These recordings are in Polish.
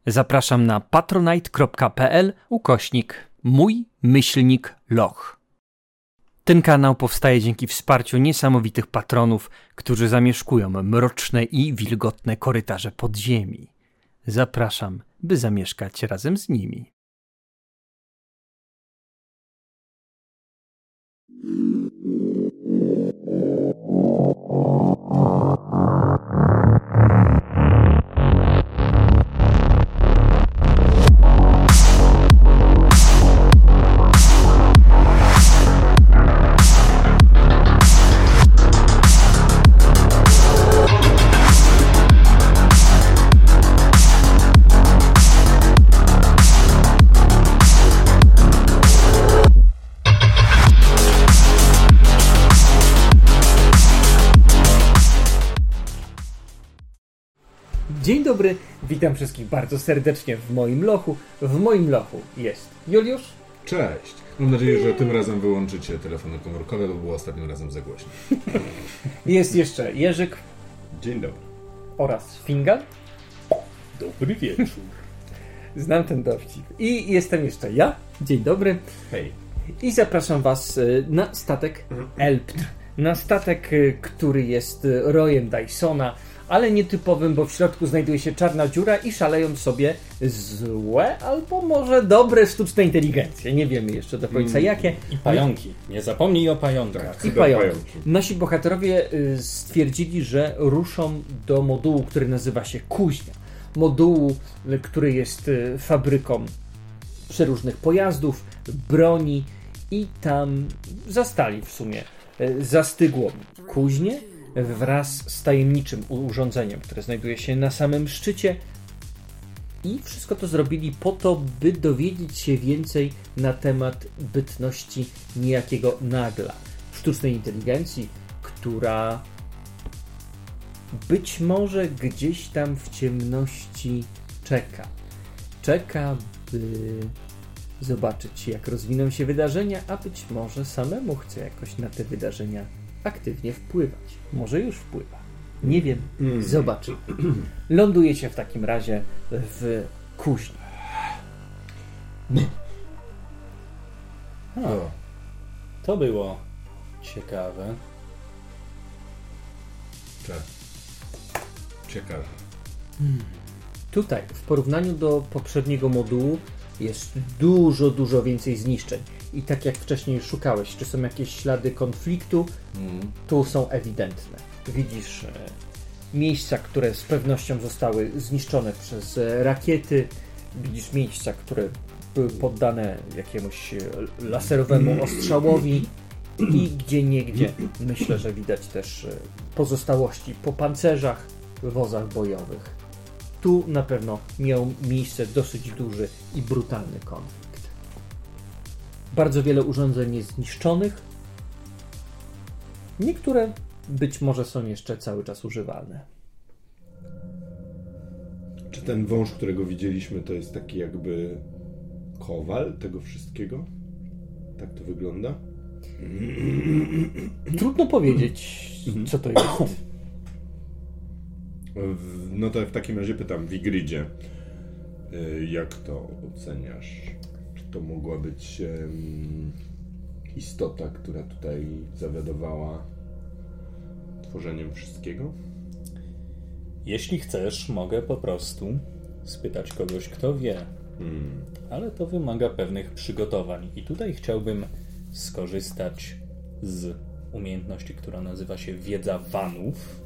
Zapraszam na patronite.pl/mój-loch. Ten kanał powstaje dzięki wsparciu niesamowitych patronów, którzy zamieszkują mroczne i wilgotne korytarze podziemi. Zapraszam, by zamieszkać razem z nimi. Dzień dobry, witam wszystkich bardzo serdecznie w moim lochu. W moim lochu jest Juliusz. Cześć. Mam nadzieję, że tym razem wyłączycie telefony komórkowe, bo było ostatnim razem za głośno. Jest jeszcze Jerzyk. Dzień dobry. Oraz Fingal. Dobry wieczór. Znam ten dowcip. I jestem jeszcze ja. Dzień dobry. Hej. I zapraszam Was na statek Elptr. Na statek, który jest rojem Dysona, ale nietypowym, bo w środku znajduje się czarna dziura i szaleją sobie złe albo może dobre sztuczne inteligencje. Nie wiemy jeszcze do końca jakie. I pająki. Nie zapomnij o pająkach. I pająki. Nasi bohaterowie stwierdzili, że ruszą do modułu, który nazywa się Kuźnia. Modułu, który jest fabryką przeróżnych pojazdów, broni i tam zastali w sumie zastygłą kuźnię wraz z tajemniczym urządzeniem, które znajduje się na samym szczycie, i wszystko to zrobili po to, by dowiedzieć się więcej na temat bytności niejakiego Nagla, sztucznej inteligencji, która być może gdzieś tam w ciemności czeka, by zobaczyć, jak rozwiną się wydarzenia, a być może samemu chce jakoś na te wydarzenia aktywnie wpływać. Może już wpływa. Nie wiem. Zobaczymy. Lądujecie w takim razie w kuźni. To było ciekawe. Tak. Ciekawe. Tutaj, w porównaniu do poprzedniego modułu, jest dużo więcej zniszczeń. I tak jak wcześniej szukałeś, czy są jakieś ślady konfliktu, tu są ewidentne. Widzisz miejsca, które z pewnością zostały zniszczone przez rakiety. Widzisz miejsca, które były poddane jakiemuś laserowemu ostrzałowi. I gdzieniegdzie myślę, że widać też pozostałości po pancerzach, wozach bojowych. Tu na pewno miał miejsce dosyć duży i brutalny konflikt. Bardzo wiele urządzeń jest zniszczonych. Niektóre być może są jeszcze cały czas używalne. Czy ten wąż, którego widzieliśmy, to jest taki jakby kowal tego wszystkiego? Tak to wygląda? Trudno powiedzieć, co to jest. No to w takim razie pytam, Wigridzie, jak to oceniasz? Czy to mogła być istota, która tutaj zawiadowała tworzeniem wszystkiego? Jeśli chcesz, mogę po prostu spytać kogoś, kto wie. Ale to wymaga pewnych przygotowań. I tutaj chciałbym skorzystać z umiejętności, która nazywa się wiedza Vanów.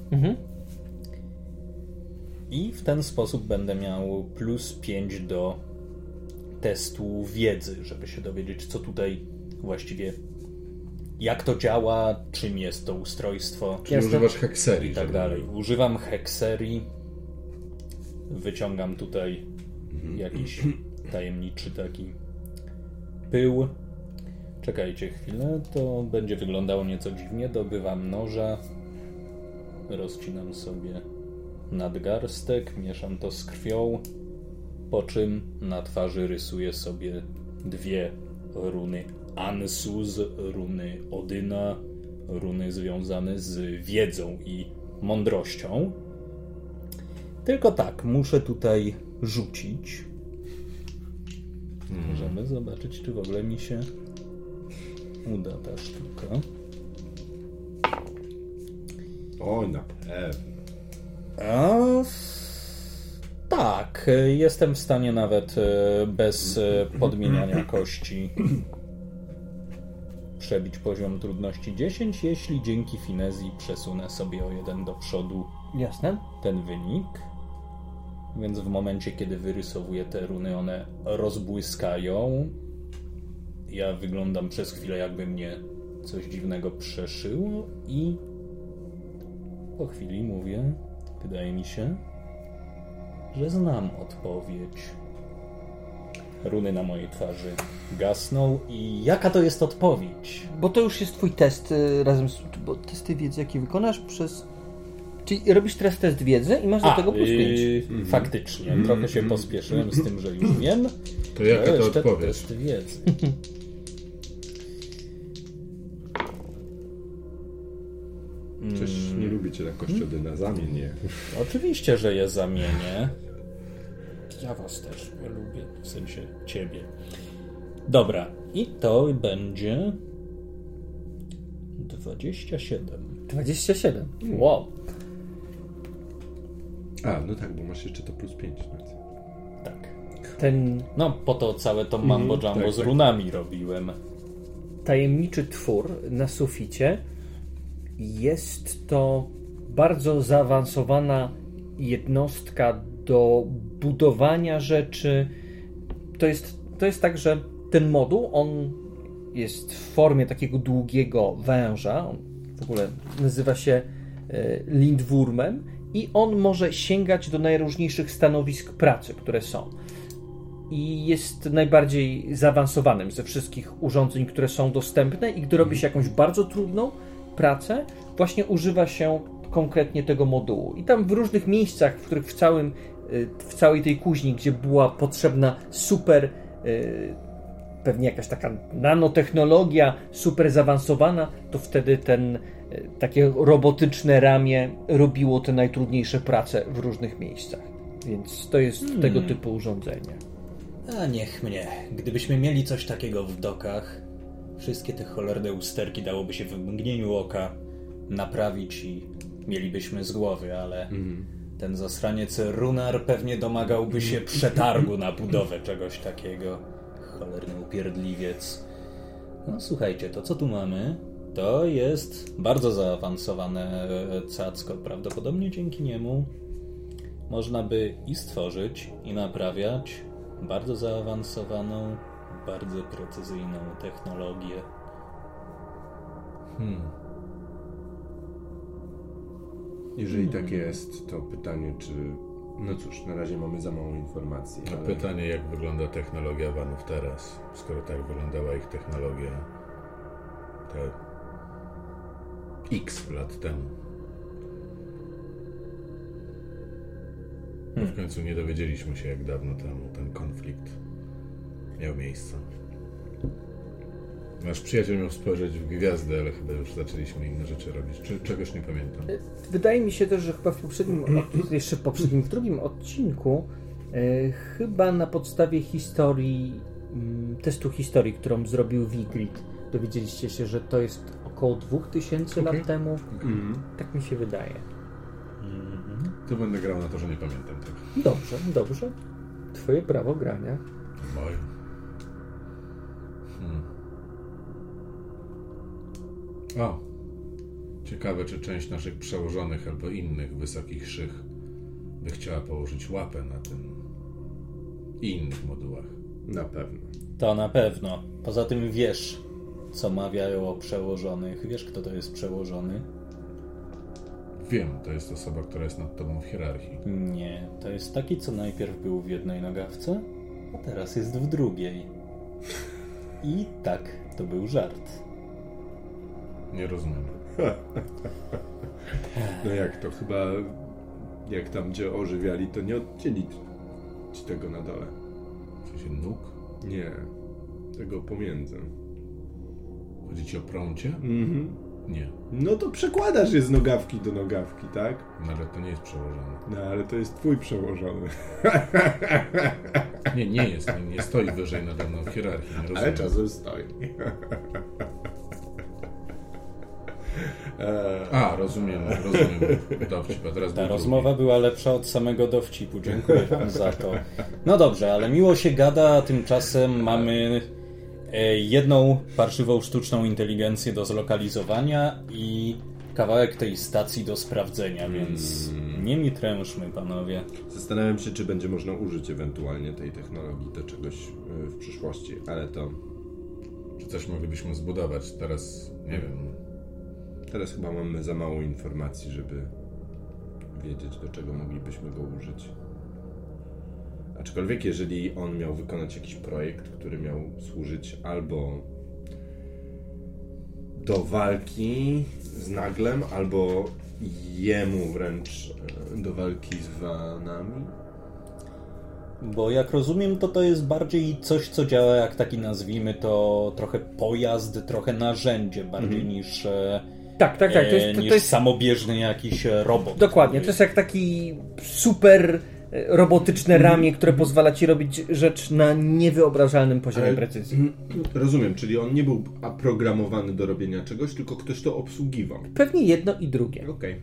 I w ten sposób będę miał +5 do testu wiedzy, żeby się dowiedzieć, co tutaj właściwie, jak to działa, czym jest to ustrojstwo. Czyli używasz hekserii. I tak dalej. Używam hekserii, wyciągam tutaj jakiś tajemniczy taki pył. Czekajcie chwilę, to będzie wyglądało nieco dziwnie. Dobywam noża, rozcinam sobie nadgarstek, mieszam to z krwią, po czym na twarzy rysuję sobie 2 runy Ansuz, runy Odyna, runy związane z wiedzą i mądrością. Tylko tak, muszę tutaj rzucić, żeby zobaczyć, czy w ogóle mi się uda ta sztuka. Oj, na pewno. Tak, jestem w stanie nawet bez podmieniania kości przebić poziom trudności 10, jeśli dzięki finezji przesunę sobie o 1 do przodu Jasne. ten wynik. Więc w momencie, kiedy wyrysowuję te runy, one rozbłyskają. Ja wyglądam przez chwilę, jakby mnie coś dziwnego przeszyło i po chwili mówię, wydaje mi się, że znam odpowiedź. Runy na mojej twarzy gasną i jaka to jest odpowiedź? Bo to już jest twój test razem z... Bo testy wiedzy, jakie wykonasz przez... Czyli robisz teraz test wiedzy i masz do tego plus 5. Faktycznie. Trochę się pospieszyłem z tym, że już wiem. To jaka to jeszcze odpowiedź? Test wiedzy. Przecież nie lubicie na kościodyna, zamień je. Oczywiście, że je zamienię. Ja was też nie lubię, w sensie ciebie. Dobra, i to będzie 27. 27. Wow. A, no tak, bo masz jeszcze to plus 5. Tak. Ten No, po to całe to mambo jumbo tak, z tak. runami robiłem. tajemniczy twór na suficie jest to bardzo zaawansowana jednostka do budowania rzeczy. To jest tak, że ten moduł, on jest w formie takiego długiego węża. On w ogóle nazywa się lindwurmem i on może sięgać do najróżniejszych stanowisk pracy, które są. I jest najbardziej zaawansowanym ze wszystkich urządzeń, które są dostępne i gdy robi się jakąś bardzo trudną pracę, właśnie używa się konkretnie tego modułu. I tam w różnych miejscach, w których w całej tej kuźni, gdzie była potrzebna super, pewnie jakaś taka nanotechnologia, super zaawansowana, to wtedy takie robotyczne ramię robiło te najtrudniejsze prace w różnych miejscach. Więc to jest tego typu urządzenie. A niech mnie. Gdybyśmy mieli coś takiego w dokach, wszystkie te cholerne usterki dałoby się w mgnieniu oka naprawić i mielibyśmy z głowy, ale ten zasraniec Runar pewnie domagałby się przetargu na budowę czegoś takiego. Cholerny upierdliwiec. No słuchajcie, to co tu mamy? To jest bardzo zaawansowane cacko. Prawdopodobnie dzięki niemu można by i stworzyć, i naprawiać bardzo zaawansowaną, bardzo precyzyjną technologię. Jeżeli tak jest, to pytanie, czy... No cóż, na razie mamy za mało informacji. No ale... pytanie, jak wygląda technologia Vanów teraz, skoro tak wyglądała ich technologia te X lat temu. No w końcu nie dowiedzieliśmy się, jak dawno temu ten konflikt miał miejsce. Nasz przyjaciel miał spojrzeć w gwiazdy, ale chyba już zaczęliśmy inne rzeczy robić. Czegoś nie pamiętam. Wydaje mi się też, że chyba w drugim odcinku, chyba na podstawie historii, testu historii, którą zrobił Vigrid, dowiedzieliście się, że to jest około 2000 lat temu. Tak mi się wydaje. To będę grał na to, że nie pamiętam tego. Dobrze. Twoje prawo grania. Moje. O! Ciekawe, czy część naszych przełożonych albo innych wysokich szych by chciała położyć łapę na tym i innych modułach. Na pewno. To na pewno. Poza tym wiesz, co mawiają o przełożonych. Wiesz, kto to jest przełożony? Wiem, to jest osoba, która jest nad tobą w hierarchii. Nie, to jest taki, co najpierw był w jednej nogawce, a teraz jest w drugiej. I tak, to był żart. Nie rozumiem. No jak to chyba... Jak tam gdzie ożywiali, to nie odcięli ci tego na dole. W sensie nóg? Nie. Tego pomiędzy. Chodzi ci o prącie? Nie. No to przekładasz je z nogawki do nogawki, tak? No ale to nie jest przełożone. No ale to jest twój przełożony. Nie jest. Nie stoi wyżej nade mną w hierarchii. Nie rozumiem. Ale czasem stoi. Rozumiem dowcip. A teraz Ta był rozmowa drugi. była lepsza od samego dowcipu. Dziękuję wam za to. No dobrze, ale miło się gada, a tymczasem mamy jedną parszywą sztuczną inteligencję do zlokalizowania i kawałek tej stacji do sprawdzenia, więc nie mi trężmy, panowie. Zastanawiam się, czy będzie można użyć ewentualnie tej technologii do czegoś w przyszłości, ale to... Czy coś moglibyśmy zbudować? Teraz nie wiem. Teraz chyba mamy za mało informacji, żeby wiedzieć, do czego moglibyśmy go użyć. Aczkolwiek, jeżeli on miał wykonać jakiś projekt, który miał służyć albo do walki z Naglem, albo jemu wręcz do walki z Vanami. Bo jak rozumiem, to jest bardziej coś, co działa jak taki, nazwijmy to, trochę pojazd, trochę narzędzie, bardziej niż... Tak. To jest samobieżny jakiś robot. Dokładnie, to jest jak taki super robotyczne ramię, które pozwala ci robić rzecz na niewyobrażalnym poziomie precyzji. Rozumiem, czyli on nie był programowany do robienia czegoś, tylko ktoś to obsługiwał. Pewnie jedno i drugie. Okej.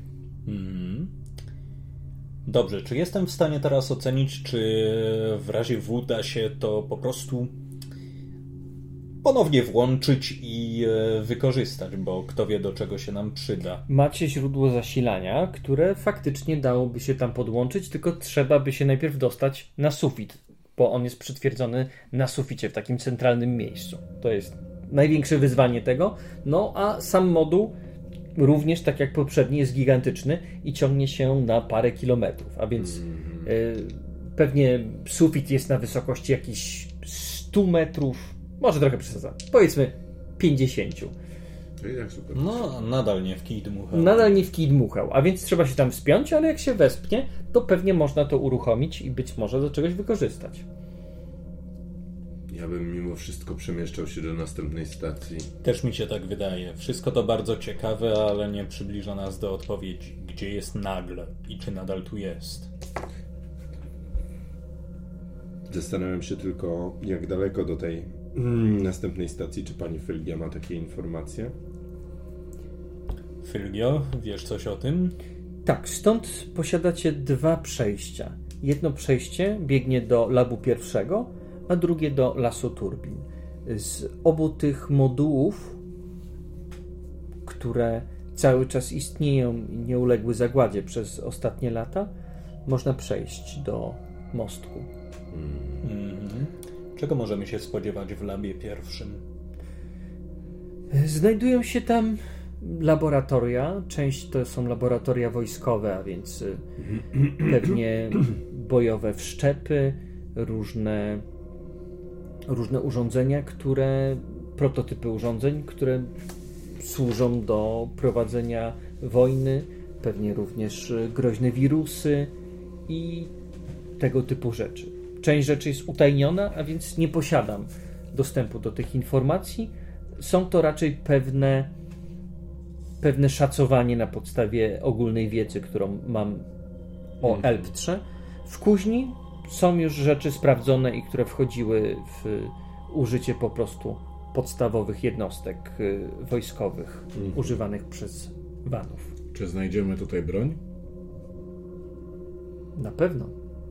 Dobrze, czy jestem w stanie teraz ocenić, czy w razie W da się to po prostu ponownie włączyć i wykorzystać, bo kto wie, do czego się nam przyda. Macie źródło zasilania, które faktycznie dałoby się tam podłączyć, tylko trzeba by się najpierw dostać na sufit, bo on jest przytwierdzony na suficie, w takim centralnym miejscu. To jest największe wyzwanie tego. No a sam moduł również, tak jak poprzedni, jest gigantyczny i ciągnie się na parę kilometrów, a więc pewnie sufit jest na wysokości jakichś 100 metrów, może trochę przesadzam, powiedzmy 50. To i tak super. No, nadal nie w kij dmuchał. Nadal nie w kij dmuchał, a więc trzeba się tam wspiąć, ale jak się wespnie, to pewnie można to uruchomić i być może do czegoś wykorzystać. Ja bym mimo wszystko przemieszczał się do następnej stacji. Też mi się tak wydaje. Wszystko to bardzo ciekawe, ale nie przybliża nas do odpowiedzi. Gdzie jest nagle i czy nadal tu jest? Zastanawiam się tylko, jak daleko do tej następnej stacji, czy pani Fylgia ma takie informacje? Fylgio, wiesz coś o tym? Tak, stąd posiadacie dwa przejścia. Jedno przejście biegnie do labu pierwszego, a drugie do lasu turbin. Z obu tych modułów, które cały czas istnieją i nie uległy zagładzie przez ostatnie lata, można przejść do mostku. Czego możemy się spodziewać w labie pierwszym? Znajdują się tam laboratoria. Część to są laboratoria wojskowe, a więc pewnie bojowe wszczepy, różne urządzenia, prototypy urządzeń, które służą do prowadzenia wojny, pewnie również groźne wirusy i tego typu rzeczy. Część rzeczy jest utajniona, a więc nie posiadam dostępu do tych informacji. Są to raczej pewne szacowanie na podstawie ogólnej wiedzy, którą mam o Elptrze. W kuźni są już rzeczy sprawdzone i które wchodziły w użycie po prostu podstawowych jednostek wojskowych używanych przez Vanów. Czy znajdziemy tutaj broń? Na pewno.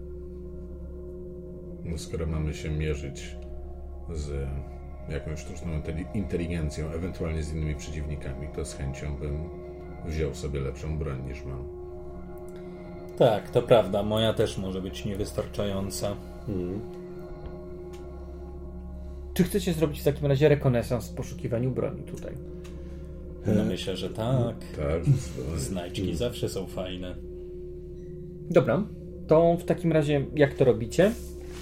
No, skoro mamy się mierzyć z jakąś sztuczną inteligencją, ewentualnie z innymi przeciwnikami, to z chęcią bym wziął sobie lepszą broń niż mam. Tak, to prawda. Moja też może być niewystarczająca. Czy chcecie zrobić w takim razie rekonesans w poszukiwaniu broni tutaj? No myślę, że tak. Tak, Znajdźki zawsze są fajne. Dobra, to w takim razie jak to robicie?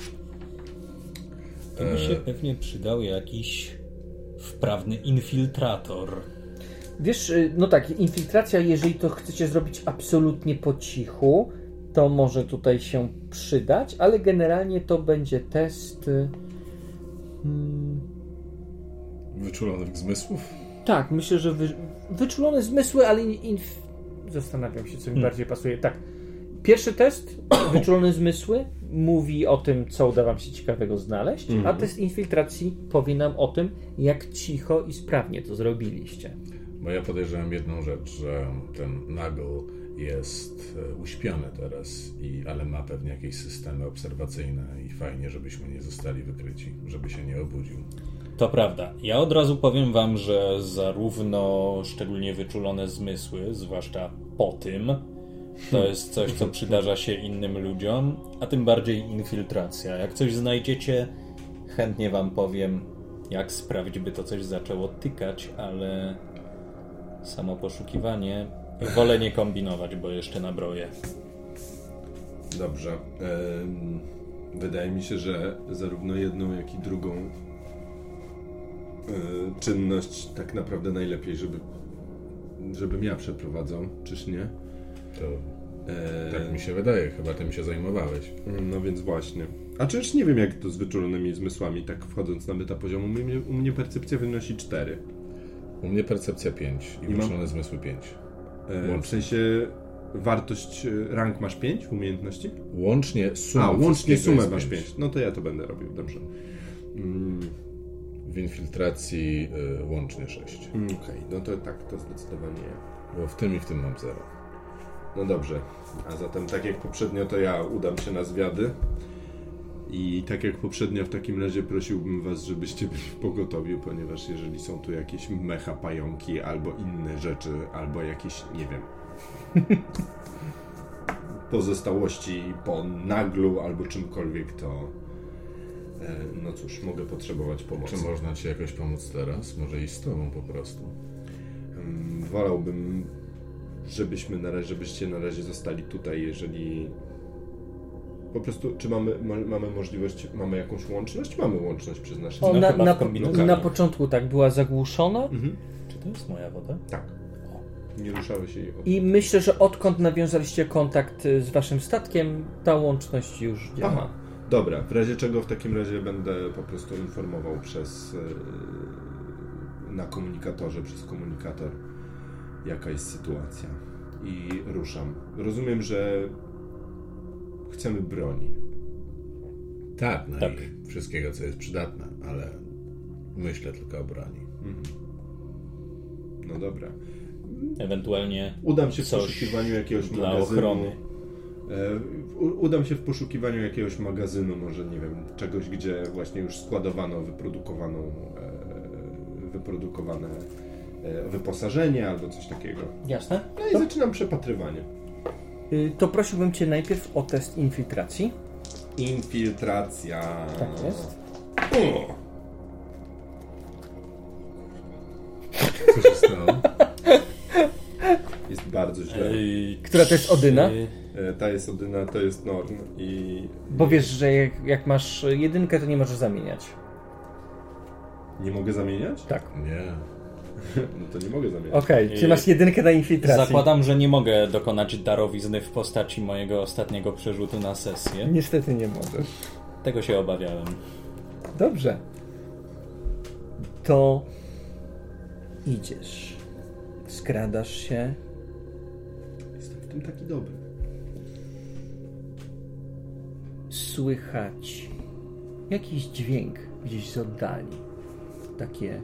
To by się pewnie przydał jakiś wprawny infiltrator. Wiesz, no tak, infiltracja, jeżeli to chcecie zrobić absolutnie po cichu, to może tutaj się przydać, ale generalnie to będzie test... Wyczulonych zmysłów? Tak, myślę, że wyczulone zmysły, ale zastanawiam się, co mi bardziej pasuje. Tak, pierwszy test, wyczulone zmysły, mówi o tym, co uda wam się ciekawego znaleźć, a test infiltracji powie nam o tym, jak cicho i sprawnie to zrobiliście. Bo ja podejrzewam jedną rzecz, że ten Nagel jest uśpiony teraz, ale ma pewnie jakieś systemy obserwacyjne i fajnie, żebyśmy nie zostali wykryci, żeby się nie obudził. To prawda. Ja od razu powiem wam, że zarówno szczególnie wyczulone zmysły, zwłaszcza po tym, to jest coś, co przydarza się innym ludziom, a tym bardziej infiltracja. Jak coś znajdziecie, chętnie wam powiem, jak sprawić, by to coś zaczęło tykać, ale samo poszukiwanie wolę nie kombinować, bo jeszcze nabroję. Dobrze. Wydaje mi się, że zarówno jedną, jak i drugą czynność tak naprawdę najlepiej, żebym ja przeprowadzał, czyż nie? To tak mi się wydaje, chyba tym się zajmowałeś. No więc właśnie. A czyż nie wiem, jak to z wyczulonymi zmysłami, tak wchodząc na metapoziomu, u mnie percepcja wynosi 4. U mnie percepcja 5 i wyczulone zmysły 5. W sensie wartość rank masz 5 w umiejętności? Łącznie sumę. Łącznie sumę masz 5. No to ja to będę robił, dobrze. W infiltracji łącznie 6. Okej, no to tak, to zdecydowanie ja. Bo w tym i w tym mam 0. No dobrze, a zatem tak jak poprzednio, to ja udam się na zwiady i tak jak poprzednio w takim razie prosiłbym was, żebyście byli w pogotowiu, ponieważ jeżeli są tu jakieś mecha pająki albo inne rzeczy, albo jakieś, nie wiem, pozostałości po naglu albo czymkolwiek, to no cóż, mogę potrzebować pomocy. Czy można ci jakoś pomóc teraz? Może iść z tobą po prostu? Wolałbym, żebyście na razie zostali tutaj, jeżeli po prostu, czy mamy możliwość, mamy jakąś łączność? Mamy łączność przez nasze na początku tak była zagłuszona. Czy to jest moja woda? Tak. Nie ruszały się jej od... I myślę, że odkąd nawiązaliście kontakt z waszym statkiem, ta łączność już działa. Aha. Dobra, w razie czego w takim razie będę po prostu informował na komunikatorze, przez komunikator, jaka jest sytuacja. I ruszam. Rozumiem, że chcemy broni. Tak, no tak. I wszystkiego, co jest przydatne, ale myślę tylko o broni. No dobra. Ewentualnie udam się w poszukiwaniu jakiegoś dla magazynu. Ochrony. Udam się w poszukiwaniu jakiegoś magazynu, może nie wiem, czegoś, gdzie właśnie już składowano wyprodukowane wyposażenie albo coś takiego. Jasne. No i zaczynam przepatrywanie. To prosiłbym cię najpierw o test infiltracji. Infiltracja. Tak jest. Co się stało? Jest bardzo źle. Która to jest Odyna? Ta jest Odyna, to jest Norn i... Bo wiesz, że jak masz jedynkę, to nie możesz zamieniać. Nie mogę zamieniać? Tak. Nie. No to nie mogę zamieniać. Okej, ty masz jedynkę na infiltracji. Zakładam, że nie mogę dokonać darowizny w postaci mojego ostatniego przerzutu na sesję. Niestety nie możesz. Tego się obawiałem. Dobrze. To idziesz. Skradasz się. Jestem w tym taki dobry. Słychać jakiś dźwięk gdzieś z oddali. Takie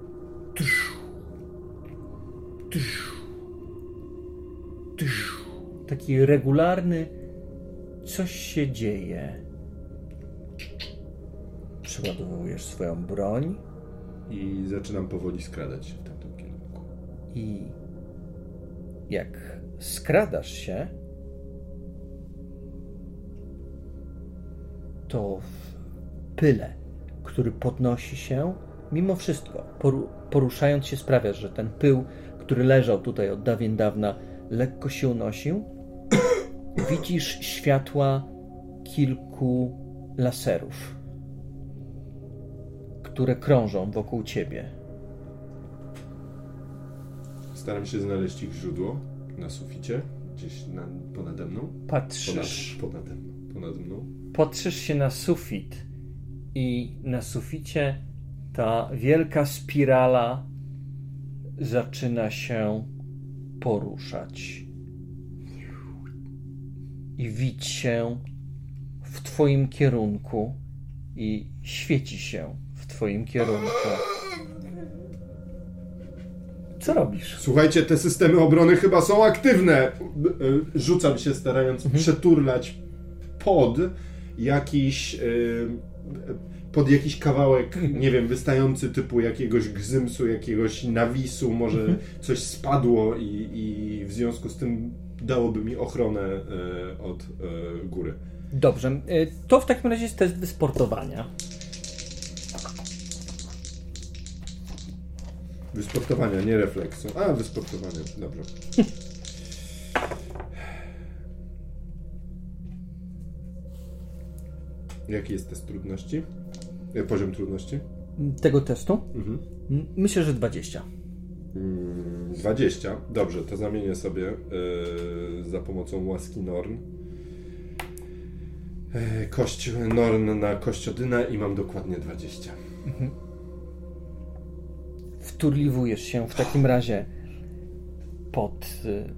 taki regularny coś się dzieje. Przeładowujesz swoją broń I zaczynam powoli skradać się w tamtym kierunku. i jak skradasz się, to w pyle, który podnosi się, mimo wszystko, poruszając się, sprawia, że ten pył, który leżał tutaj od dawien dawna, lekko się unosił. Widzisz światła kilku laserów, które krążą wokół ciebie. Staram się znaleźć ich źródło na suficie, gdzieś ponade mną. Patrzysz. Ponade mną. Patrzysz się na sufit i na suficie ta wielka spirala zaczyna się poruszać. I widzi się w twoim kierunku i świeci się w twoim kierunku. Co robisz? Słuchajcie, te systemy obrony chyba są aktywne. Rzucam się, starając przeturlać pod jakiś kawałek, nie wiem, wystający typu jakiegoś gzymsu, jakiegoś nawisu, może coś spadło i w związku z tym dałoby mi ochronę od góry. Dobrze, to w takim razie jest test wysportowania. Wysportowania, nie refleksu. A, wysportowania, dobra. Jaki jest test trudności? Poziom trudności? Tego testu? Myślę, że 20. 20. Dobrze, to zamienię sobie za pomocą łaski Norn kość Norn na kość Odyna i mam dokładnie 20. Wturliwujesz się w takim razie pod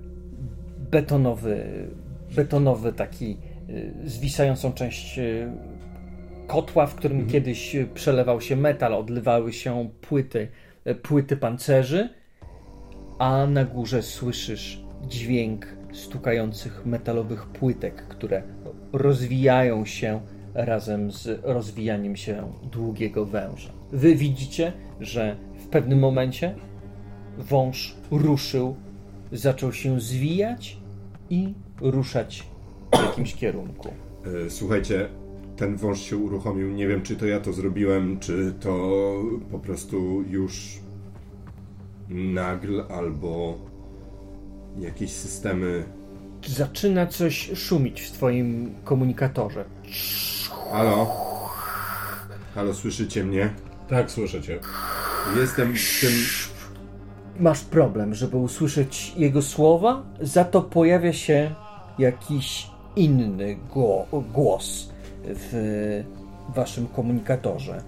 betonowy taki zwisającą część kotła, w którym kiedyś przelewał się metal, odlewały się płyty pancerzy, a na górze słyszysz dźwięk stukających metalowych płytek, które rozwijają się razem z rozwijaniem się długiego węża. Wy widzicie, że w pewnym momencie wąż ruszył, zaczął się zwijać i ruszać w jakimś kierunku. Słuchajcie, ten wąż się uruchomił. Nie wiem, czy to ja to zrobiłem, czy to po prostu już nagl albo jakieś systemy. Zaczyna coś szumić w twoim komunikatorze. Halo? Halo, słyszycie mnie? Tak, słyszę cię. Jestem w tym... Masz problem, żeby usłyszeć jego słowa, za to pojawia się jakiś inny głos w waszym komunikatorze.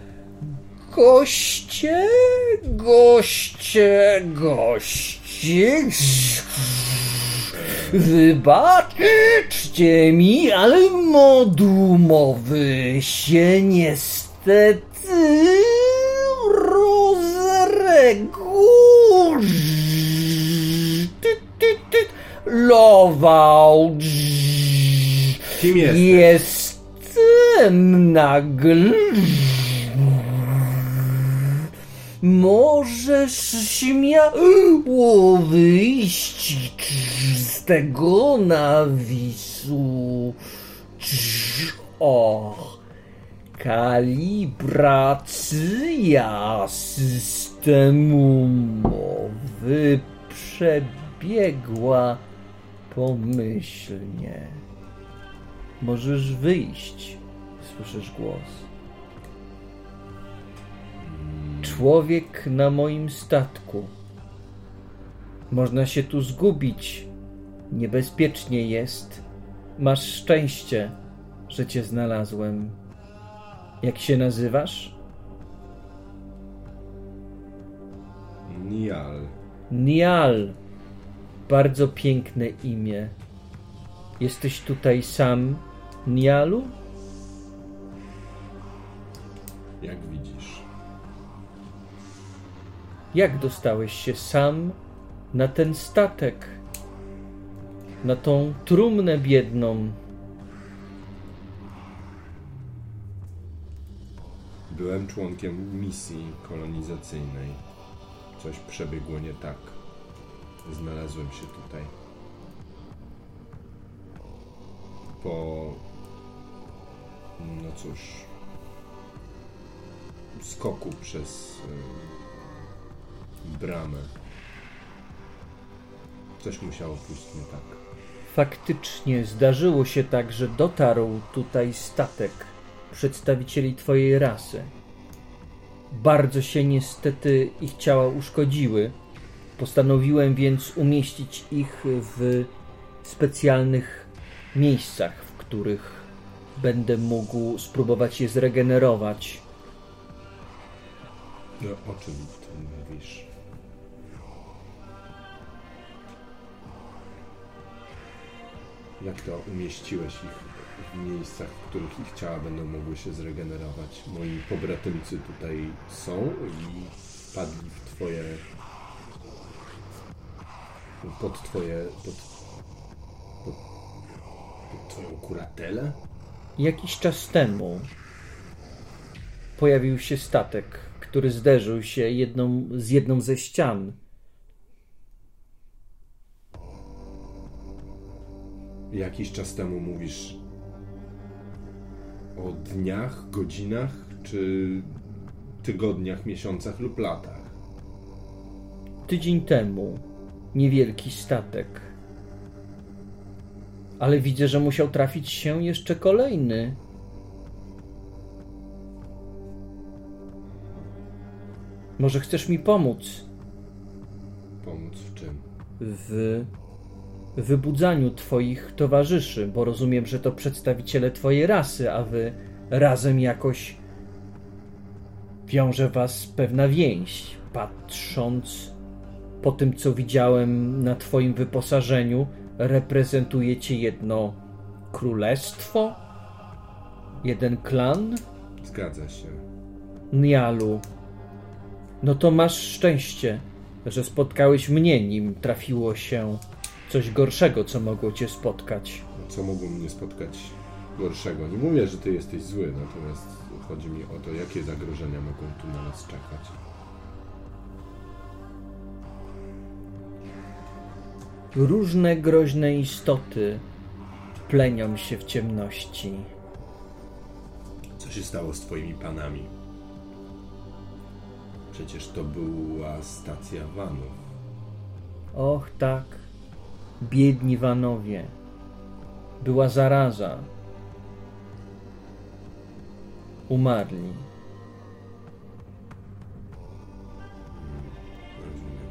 Goście. Wybaczcie mi, ale moduł mowy się niestety rozregulował. Kim jesteś? Jestem nagl. Możesz śmiało wyjść z tego nawisu. Kalibracja systemu mowy przebiegła pomyślnie. Możesz wyjść, słyszysz głos. Człowiek na moim statku. Można się tu zgubić. Niebezpiecznie jest. Masz szczęście, że cię znalazłem. Jak się nazywasz? Nial. Nial. Bardzo piękne imię. Jesteś tutaj sam, Nialu? Jak widzisz. Jak dostałeś się sam na ten statek? Na tą trumnę biedną? Byłem członkiem misji kolonizacyjnej. Coś przebiegło nie tak. Znalazłem się tutaj. Po... no cóż... skoku przez bramę. Coś musiało pójść nie tak. Faktycznie zdarzyło się tak, że dotarł tutaj statek przedstawicieli twojej rasy. Bardzo się niestety ich ciała uszkodziły. Postanowiłem więc umieścić ich w specjalnych miejscach, w których będę mógł spróbować je zregenerować. No, o czym ty mówisz? Jak to umieściłeś ich w miejscach, w których ich ciała będą mogły się zregenerować? Moi pobratymcy tutaj są i padli w twoje... pod twoją kuratelę? Jakiś czas temu pojawił się statek, który zderzył się z jedną ze ścian. Jakiś czas temu mówisz o dniach, godzinach, czy tygodniach, miesiącach lub latach? Tydzień temu niewielki statek. Ale widzę, że musiał trafić się jeszcze kolejny. Może chcesz mi pomóc? Pomóc w czym? W wybudzaniu twoich towarzyszy, bo rozumiem, że to przedstawiciele twojej rasy, a wy razem jakoś wiąże was pewna więź. Patrząc po tym, co widziałem na twoim wyposażeniu, reprezentujecie jedno królestwo? Jeden klan? Zgadza się. Nialu. No to masz szczęście, że spotkałeś mnie, nim trafiło się coś gorszego, co mogło cię spotkać. Co mogło mnie spotkać gorszego? Nie mówię, że ty jesteś zły, natomiast chodzi mi o to, jakie zagrożenia mogą tu na nas czekać. Różne groźne istoty plenią się w ciemności. Co się stało z twoimi panami? Przecież to była stacja vanów. Och tak, biedni Vanowie. Była zaraza. Umarli. Rozumiem.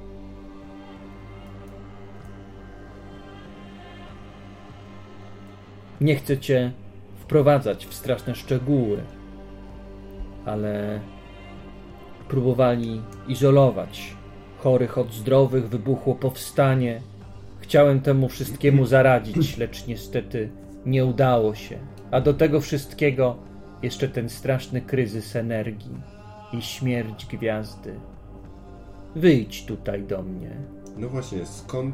Nie chcę cię wprowadzać w straszne szczegóły, ale próbowali izolować chorych od zdrowych, wybuchło powstanie. Chciałem temu wszystkiemu zaradzić, lecz niestety nie udało się. A do tego wszystkiego jeszcze ten straszny kryzys energii i śmierć gwiazdy. Wyjdź tutaj do mnie. No właśnie, skąd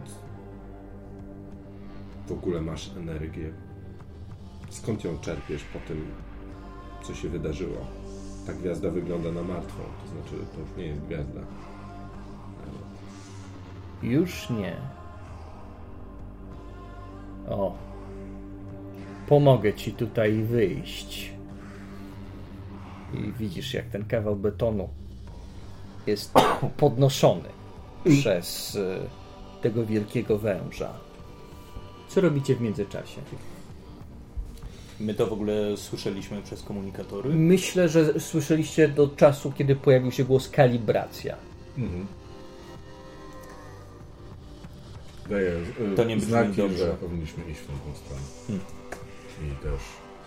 w ogóle masz energię? Skąd ją czerpiesz po tym, co się wydarzyło? Ta gwiazda wygląda na martwą, to znaczy to już nie jest gwiazda. Już nie. O. Pomogę ci tutaj wyjść. I widzisz, jak ten kawał betonu jest podnoszony przez tego wielkiego węża. Co robicie w międzyczasie? My to w ogóle słyszeliśmy przez komunikatory? Myślę, że słyszeliście do czasu, kiedy pojawił się głos kalibracja. Mhm. Daję To nie brzmi znaki, dobrze. że powinniśmy iść w tą stronę. I też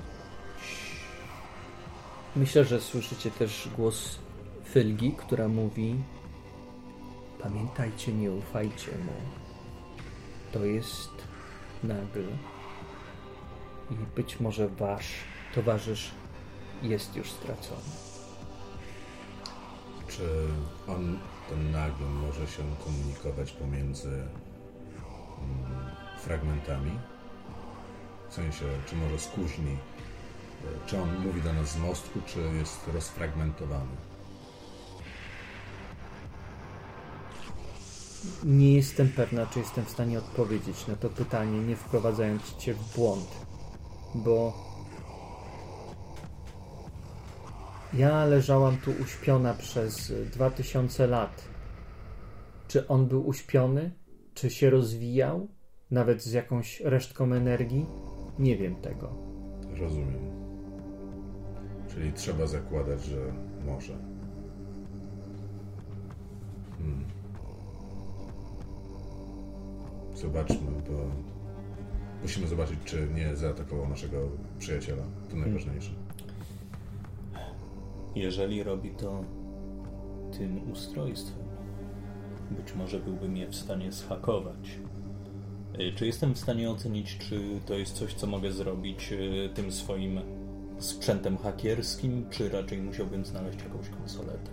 Myślę, że słyszycie też głos Fylgi, która mówi: pamiętajcie, nie ufajcie mu. To jest nagl. I być może wasz towarzysz jest już stracony. czy ten nagle może się komunikować pomiędzy fragmentami? W sensie, czy może skóźni? Czy on mówi do nas z mostku, czy jest rozfragmentowany? Nie jestem pewna, czy jestem w stanie odpowiedzieć na to pytanie, nie wprowadzając cię w błąd, bo ja leżałam tu uśpiona przez 2000 lat. Czy on był uśpiony? Czy się rozwijał? Nawet z jakąś resztką energii? Nie wiem tego. Rozumiem. Czyli trzeba zakładać, że może. Zobaczmy, bo musimy zobaczyć, czy nie zaatakował naszego przyjaciela. To najważniejsze. Jeżeli robi to tym ustrojstwem, być może byłbym je w stanie zhakować. Czy jestem w stanie ocenić, czy to jest coś, co mogę zrobić tym swoim sprzętem hakierskim, czy raczej musiałbym znaleźć jakąś konsoletę?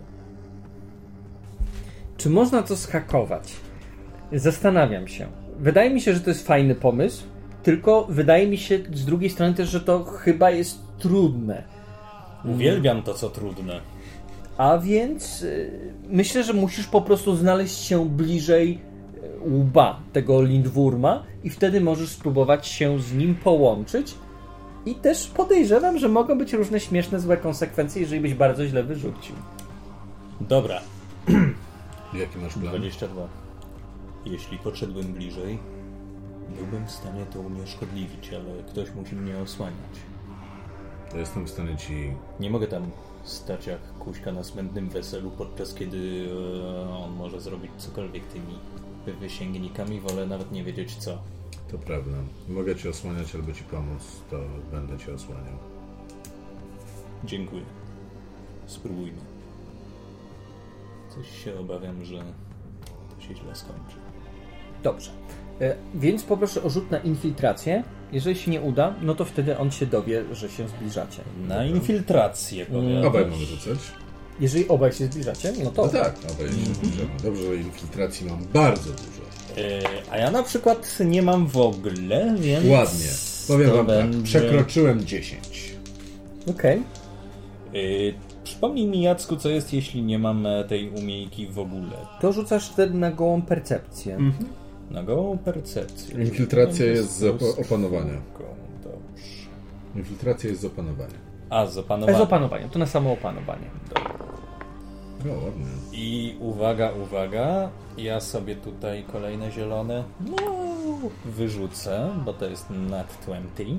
Czy można to zhakować? Zastanawiam się. Wydaje mi się, że to jest fajny pomysł, tylko wydaje mi się z drugiej strony też, że to chyba jest trudne. Uwielbiam to, co trudne. A więc myślę, że musisz po prostu znaleźć się bliżej łba tego lindwurma i wtedy możesz spróbować się z nim połączyć. I też podejrzewam, że mogą być różne śmieszne, złe konsekwencje, jeżeli byś bardzo źle wyrzucił. Dobra. Jaki masz plan? 22. Jeśli podszedłbym bliżej, byłbym w stanie to unieszkodliwić, ale ktoś musi mnie osłaniać. To jestem w stanie ci... Nie mogę tam stać jak kuśka na smętnym weselu, podczas kiedy on może zrobić cokolwiek tymi wysięgnikami. Wolę nawet nie wiedzieć co. To prawda. Mogę ci osłaniać albo ci pomóc, to będę ci osłaniał. Dziękuję. Spróbujmy. Coś się obawiam, że to się źle skończy. Dobrze. Więc poproszę o rzut na infiltrację. Jeżeli się nie uda, no to wtedy on się dowie, że się zbliżacie. Na infiltrację, powiadasz. Obaj mamy rzucać. Jeżeli obaj się zbliżacie, no to... No tak, obaj się zbliżamy. Dobrze, że infiltracji mam bardzo dużo. A ja na przykład nie mam w ogóle, więc... Ładnie. Powiem wam tak, będzie... przekroczyłem 10. Okej. Przypomnij mi, Jacku, co jest, jeśli nie mam tej umiejki w ogóle. To rzucasz wtedy na gołą percepcję. Na gołą percepcję. Infiltracja jest z opanowania. Dobrze. Infiltracja jest z opanowania. A, z opanowania. Z opanowania, to na samo opanowanie. No ładnie. I uwaga, ja sobie tutaj kolejne zielone wyrzucę, bo to jest nat 20.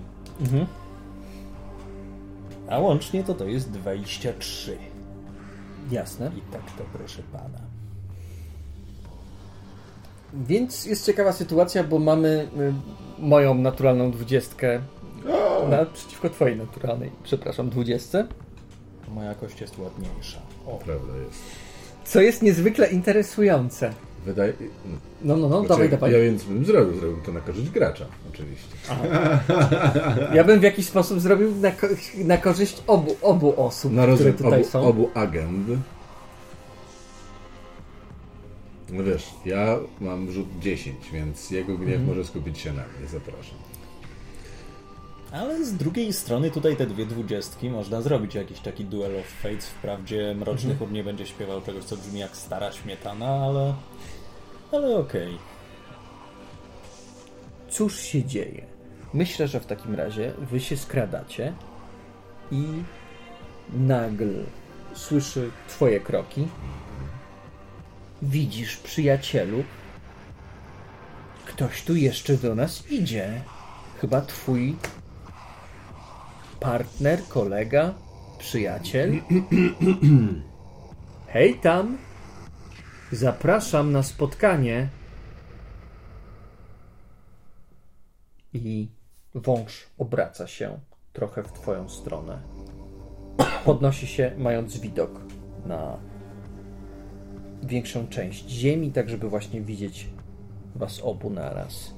A łącznie to jest 23. Jasne. I tak to proszę pana. Więc jest ciekawa sytuacja, bo mamy moją naturalną 20 przeciwko twojej naturalnej, 20. Moja kość jest ładniejsza. O, prawda jest. Co jest niezwykle interesujące. Wydaje... No, dawaj. Ja więc bym zrobił to na korzyść gracza, oczywiście. Ja bym w jakiś sposób zrobił na korzyść obu osób, które tutaj są. Obu agent. No wiesz, ja mam rzut 10, więc jego gniew może skupić się na mnie. Zapraszam. Ale z drugiej strony tutaj te dwie 20 można zrobić jakiś taki duel of fates. Wprawdzie Mroczny Chór nie będzie śpiewał czegoś, co brzmi jak stara śmietana, ale okej. Cóż się dzieje? Myślę, że w takim razie wy się skradacie i nagle słyszy twoje kroki. Widzisz, przyjacielu, ktoś tu jeszcze do nas idzie. Chyba twój partner, kolega, przyjaciel. Hej tam! Zapraszam na spotkanie. I wąż obraca się trochę w twoją stronę. Podnosi się, mając widok na większą część ziemi, tak żeby właśnie widzieć was obu naraz.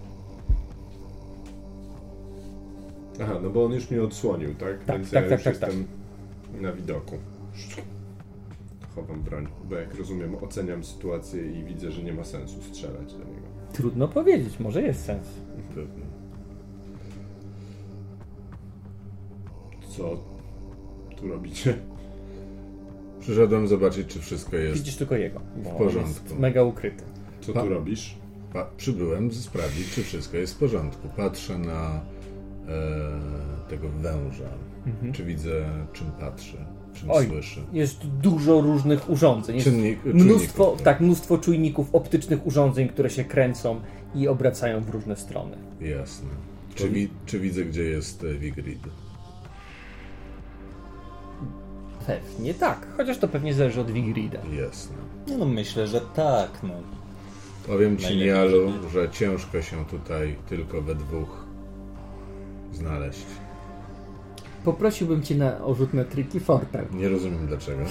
Aha, no bo on już mnie odsłonił, tak? Tak, Więc tak, ja tak, już tak, jestem na widoku. Chowam broń, bo jak rozumiem, oceniam sytuację i widzę, że nie ma sensu strzelać do niego. Trudno powiedzieć, może jest sens. Pewnie. Co tu robicie? Przyszedłem zobaczyć, czy wszystko jest Widzisz tylko jego, bo w porządku. jest mega ukryty. Co tu robisz? Przybyłem sprawdzić, czy wszystko jest w porządku. Patrzę na tego węża. Czy widzę, czym patrzy, czym słyszy. Jest dużo różnych urządzeń. Jest Czujników, mnóstwo czujników optycznych urządzeń, które się kręcą i obracają w różne strony. Jasne. Czy widzę, gdzie jest Vigrid? Pewnie tak, chociaż to pewnie zależy od Vigrida. Jasne. No myślę, że tak. No. Powiem ci, Najlepiej, Nialu, żeby- że ciężko się tutaj tylko we dwóch znaleźć. Poprosiłbym cię o rzut na Tricky Fortel. Nie rozumiem dlaczego.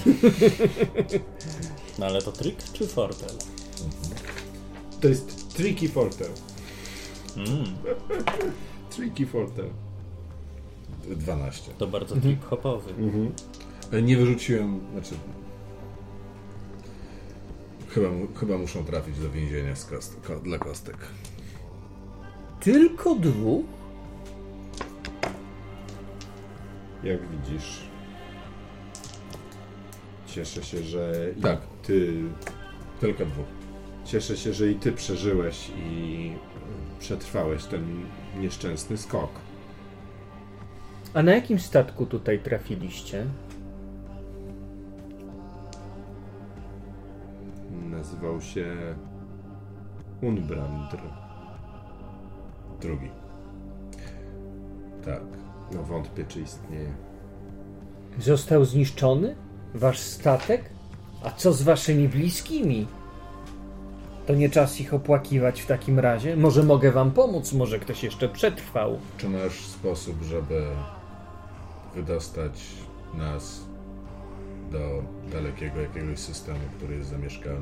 No ale to trik czy fortel? To jest Tricky Fortel. Tricky Forte. 12. To bardzo hip-hopowy. Nie wyrzuciłem, znaczy... Chyba muszą trafić do więzienia dla kostek. Tylko 2? Jak widzisz, cieszę się, że Tak. i ty... Tylko 2. Cieszę się, że i ty przeżyłeś i przetrwałeś ten nieszczęsny skok. A na jakim statku tutaj trafiliście? Nazywał się Unbrandr. Drugi. Tak. No wątpię, czy istnieje. Został zniszczony? Wasz statek? A co z waszymi bliskimi? To nie czas ich opłakiwać w takim razie? Może mogę wam pomóc? Może ktoś jeszcze przetrwał? Czy masz sposób, żeby wydostać nas do dalekiego jakiegoś systemu, który jest zamieszkany?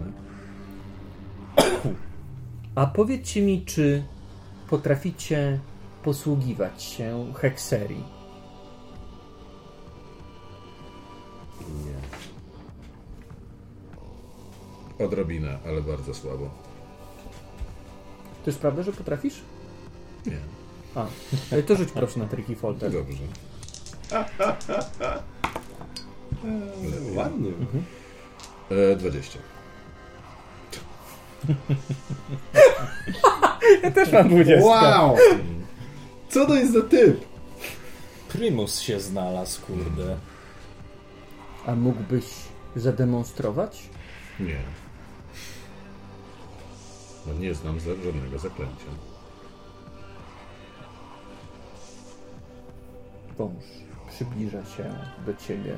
A powiedzcie mi, czy potraficie posługiwać się hekserii? Nie. Odrobinę, ale bardzo słabo. To jest prawda, że potrafisz? Nie. A, to rzuć proszę na Tricky Folder. Dobrze. Ładnie. 20. Ja też mam 20. Wow! Co to jest za typ? Primus się znalazł, kurde. A mógłbyś zademonstrować? Nie. No nie znam żadnego zaklęcia. Wąż przybliża się do ciebie.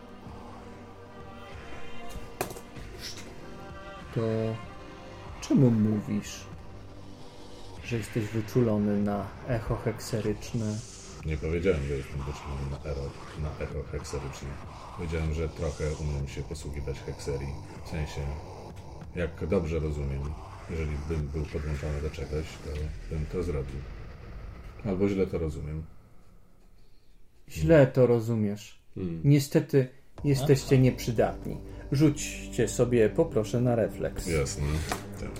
To czemu mówisz, że jesteś wyczulony na echo hekseryczne? Nie powiedziałem, że jestem wyczulony na echo hekseryczne. Powiedziałem, że trochę umiem się posługiwać hekserii. W sensie, jak dobrze rozumiem, jeżeli bym był podłączony do czegoś, to bym to zrobił. Albo źle to rozumiem. Źle to rozumiesz. Niestety jesteście nieprzydatni. Rzućcie sobie, poproszę, na refleks. Jasne. Tak.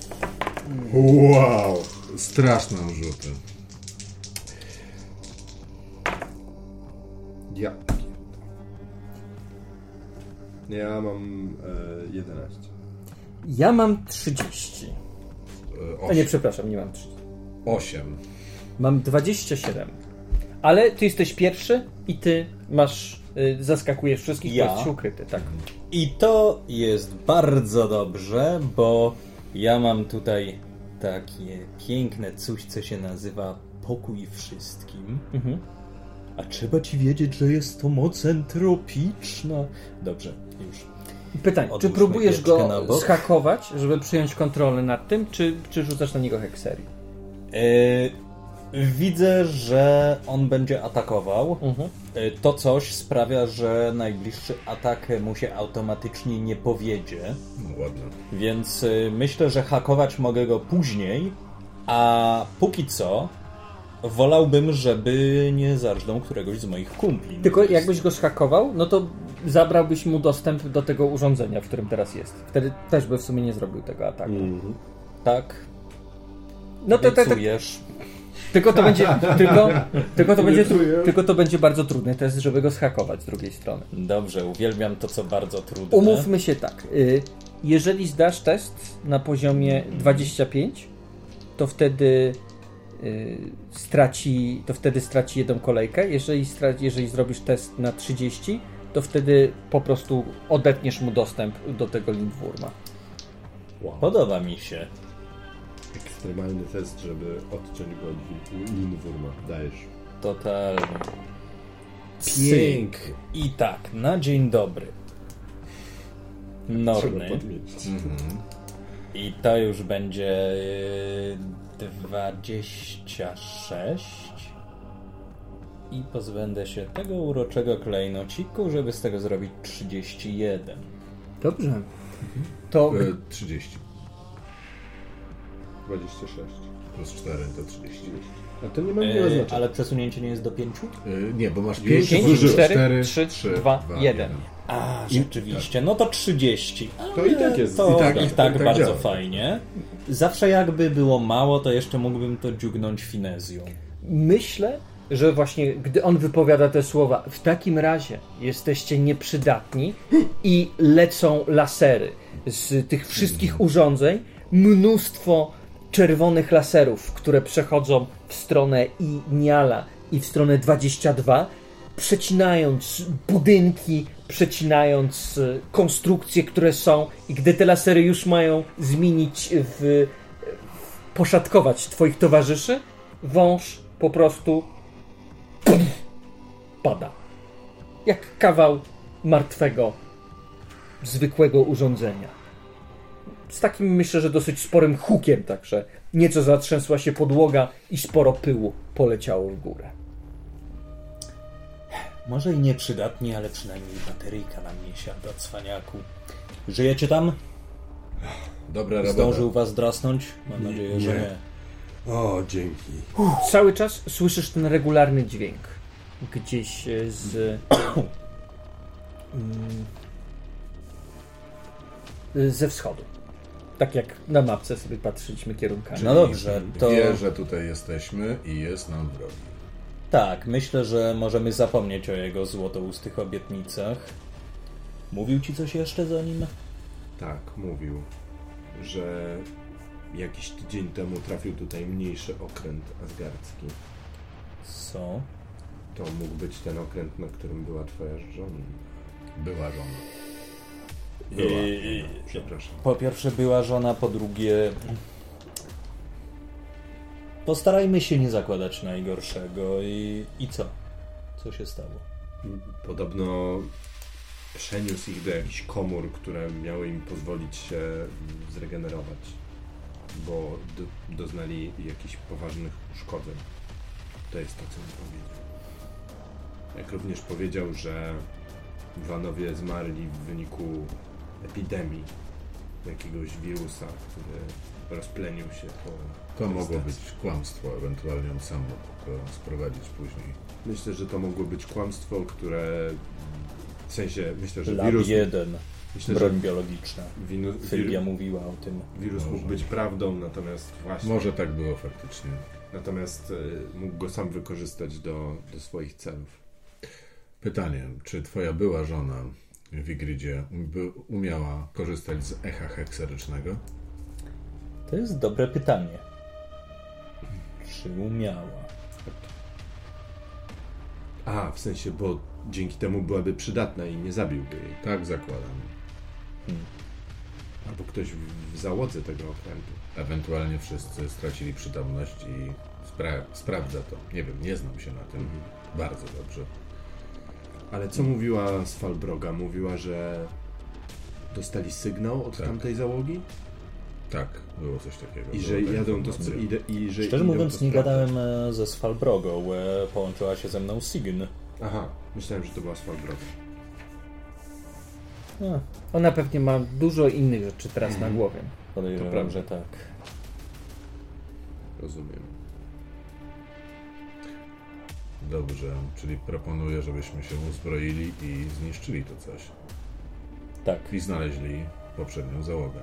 Wow! Straszne rzuty. Ja. Ja mam 11. Ja mam 30. A nie, przepraszam, nie mam 30. 8. Mam 27. Ale ty jesteś pierwszy i ty masz... zaskakujesz wszystkich, Ja? bo jesteś ukryty, tak. I to jest bardzo dobrze, bo ja mam tutaj takie piękne coś, co się nazywa pokój wszystkim. A trzeba ci wiedzieć, że jest to moc entropiczna. Dobrze, już. Pytanie, czy Odłóżmy próbujesz pieczkę na go bok. zhakować, żeby przyjąć kontrolę nad tym, czy rzucasz na niego hekserii? Widzę, że on będzie atakował. To coś sprawia, że najbliższy atak mu się automatycznie nie powiedzie. No ładnie. Więc myślę, że hakować mogę go później, a póki co wolałbym, żeby nie zarżnął któregoś z moich kumpli. Tylko jakbyś go zhakował, no to zabrałbyś mu dostęp do tego urządzenia, w którym teraz jest. Wtedy też by w sumie nie zrobił tego ataku. Tak, No to obiecujesz. tylko to będzie tylko to będzie bardzo trudny test, żeby go zhakować z drugiej strony. Dobrze, uwielbiam to, co bardzo trudne. Umówmy się tak. Jeżeli zdasz test na poziomie 25, to wtedy straci jedną kolejkę. Jeżeli zrobisz test na 30, to wtedy po prostu odetniesz mu dostęp do tego Lindwurma. Wow. Podoba mi się. Ekstremalny test, żeby odciąć go od Lindwurma. Dajesz. Totalnie. Pięk. Cyk. I tak, na dzień dobry. Trzeba Norny. podmienić. I to już będzie 26. I pozbędę się tego uroczego klejnociku, żeby z tego zrobić 31. Dobrze. To 30. 26. plus 4 to 30. A to nie ma wiele znaczenia. Ale przesunięcie nie jest do 5? Nie, bo masz 5, 5, 4, 3, 2, 1. A, rzeczywiście. No to 30. To i tak jest. To I tak bardzo działa. fajnie. Zawsze jakby było mało, to jeszcze mógłbym to dziugnąć finezją. Myślę, że właśnie gdy on wypowiada te słowa, w takim razie jesteście nieprzydatni i lecą lasery z tych wszystkich urządzeń, mnóstwo czerwonych laserów, które przechodzą w stronę i Niala i w stronę 22, przecinając budynki, przecinając konstrukcje, które są, i gdy te lasery już mają zmienić poszatkować twoich towarzyszy, wąż po prostu pada. Jak kawał martwego, zwykłego urządzenia. Z takim, myślę, że dosyć sporym hukiem, także nieco zatrzęsła się podłoga i sporo pyłu poleciało w górę. Może i nieprzydatni, ale przynajmniej bateryjka nam nie siada, cwaniaku. Żyjecie tam? Dobra robota. Zdążył was drasnąć? Mam nadzieję, że nie. O, dzięki. Cały czas słyszysz ten regularny dźwięk. Gdzieś ze wschodu. Tak jak na mapce sobie patrzyliśmy kierunkami. No dobrze, to... Wie, że tutaj jesteśmy i jest nam wrogi. Tak, myślę, że możemy zapomnieć o jego złotoustych obietnicach. Mówił ci coś jeszcze za nim? Tak, mówił, że jakiś tydzień temu trafił tutaj mniejszy okręt asgardzki. Co? To mógł być ten okręt, na którym była twoja żona. Była żona. Była. Przepraszam. Po pierwsze była żona, po drugie... Postarajmy się nie zakładać najgorszego i co? Co się stało? Podobno przeniósł ich do jakichś komór, które miały im pozwolić się zregenerować, bo doznali jakichś poważnych uszkodzeń. To jest to, co mi powiedział. Jak również powiedział, że Wanowie zmarli w wyniku epidemii, jakiegoś wirusa, który rozplenił się po... To mogło być kłamstwo, ewentualnie on sam mógł go sprowadzić później. Myślę, że to mogło być kłamstwo, które... W sensie, myślę, że Lab wirus... 1. Myślę, Broń że biologiczna. Sylwia mówiła o tym. wirus mógł być prawdą, natomiast właśnie... Może tak było faktycznie. Natomiast mógł go sam wykorzystać do swoich celów. Pytanie, czy twoja była żona w Igridzie umiała korzystać z echa hekserycznego? To jest dobre pytanie. Czy umiała? A, w sensie, bo dzięki temu byłaby przydatna i nie zabiłby jej. Tak zakładam. Albo ktoś w załodze tego okrętu. Ewentualnie wszyscy stracili przytomność i sprawdza to. Nie wiem, nie znam się na tym bardzo dobrze. Ale co mówiła z Falbroga? Mówiła, że dostali sygnał od tamtej załogi? Tak, było coś takiego. I że jadą to... Szczerze mówiąc, nie gadałem ze Svalbrogą. Połączyła się ze mną Sigyn. Aha, myślałem, że to była z Falbroga. Ona pewnie ma dużo innych rzeczy teraz na głowie. Podejrzewam, że tak. Rozumiem. Dobrze, czyli proponuję, żebyśmy się uzbroili i zniszczyli to coś. Tak. I znaleźli poprzednią załogę.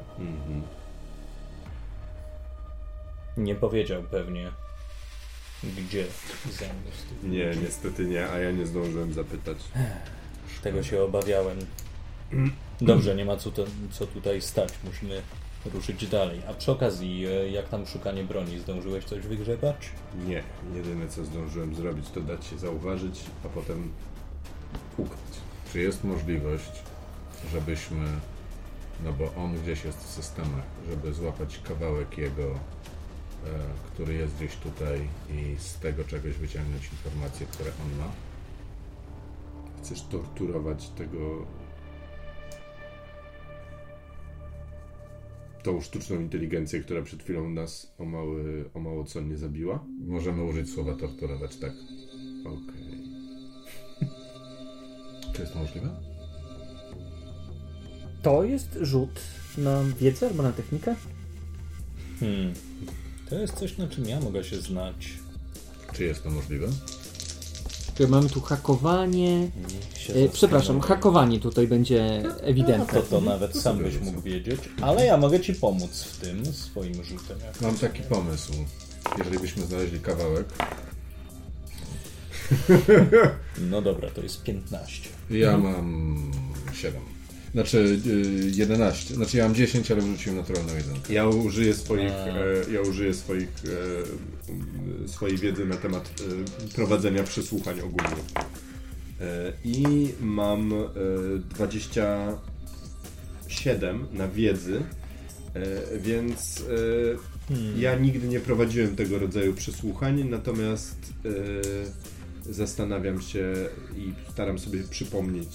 Nie powiedział pewnie, gdzie zamiast. Nie, niestety nie, a ja nie zdążyłem zapytać. Tego się obawiałem. Dobrze, nie ma co tutaj stać. Musimy ruszyć dalej. A przy okazji, jak tam szukanie broni? Zdążyłeś coś wygrzebać? Nie, jedyne co zdążyłem zrobić, to dać się zauważyć, a potem ukryć. Czy jest możliwość, żebyśmy, no bo on gdzieś jest w systemach, żeby złapać kawałek jego, który jest gdzieś tutaj i z tego czegoś wyciągnąć informacje, które on ma? Chcesz torturować tą sztuczną inteligencję, która przed chwilą nas o mało co nie zabiła? Możemy użyć słowa torturować, tak. Okej. Czy jest to możliwe? To jest rzut na wiedzę albo na technikę? To jest coś, na czym ja mogę się znać. Czy jest to możliwe? Czyli mamy tu hakowanie. Przepraszam, hakowanie tutaj będzie ewidentne. To nawet sam byś mógł wiedzieć, ale ja mogę ci pomóc w tym swoim rzutem. Mam taki pomysł. Jeżeli byśmy znaleźli kawałek. No dobra, to jest 15. Ja mam 7. Znaczy 11. Znaczy ja mam 10, ale wrzuciłem naturalną jedynkę. Ja użyję swojej wiedzy na temat prowadzenia przesłuchań ogólnie. I mam 27 na wiedzy, więc ja nigdy nie prowadziłem tego rodzaju przesłuchań, natomiast zastanawiam się i staram sobie przypomnieć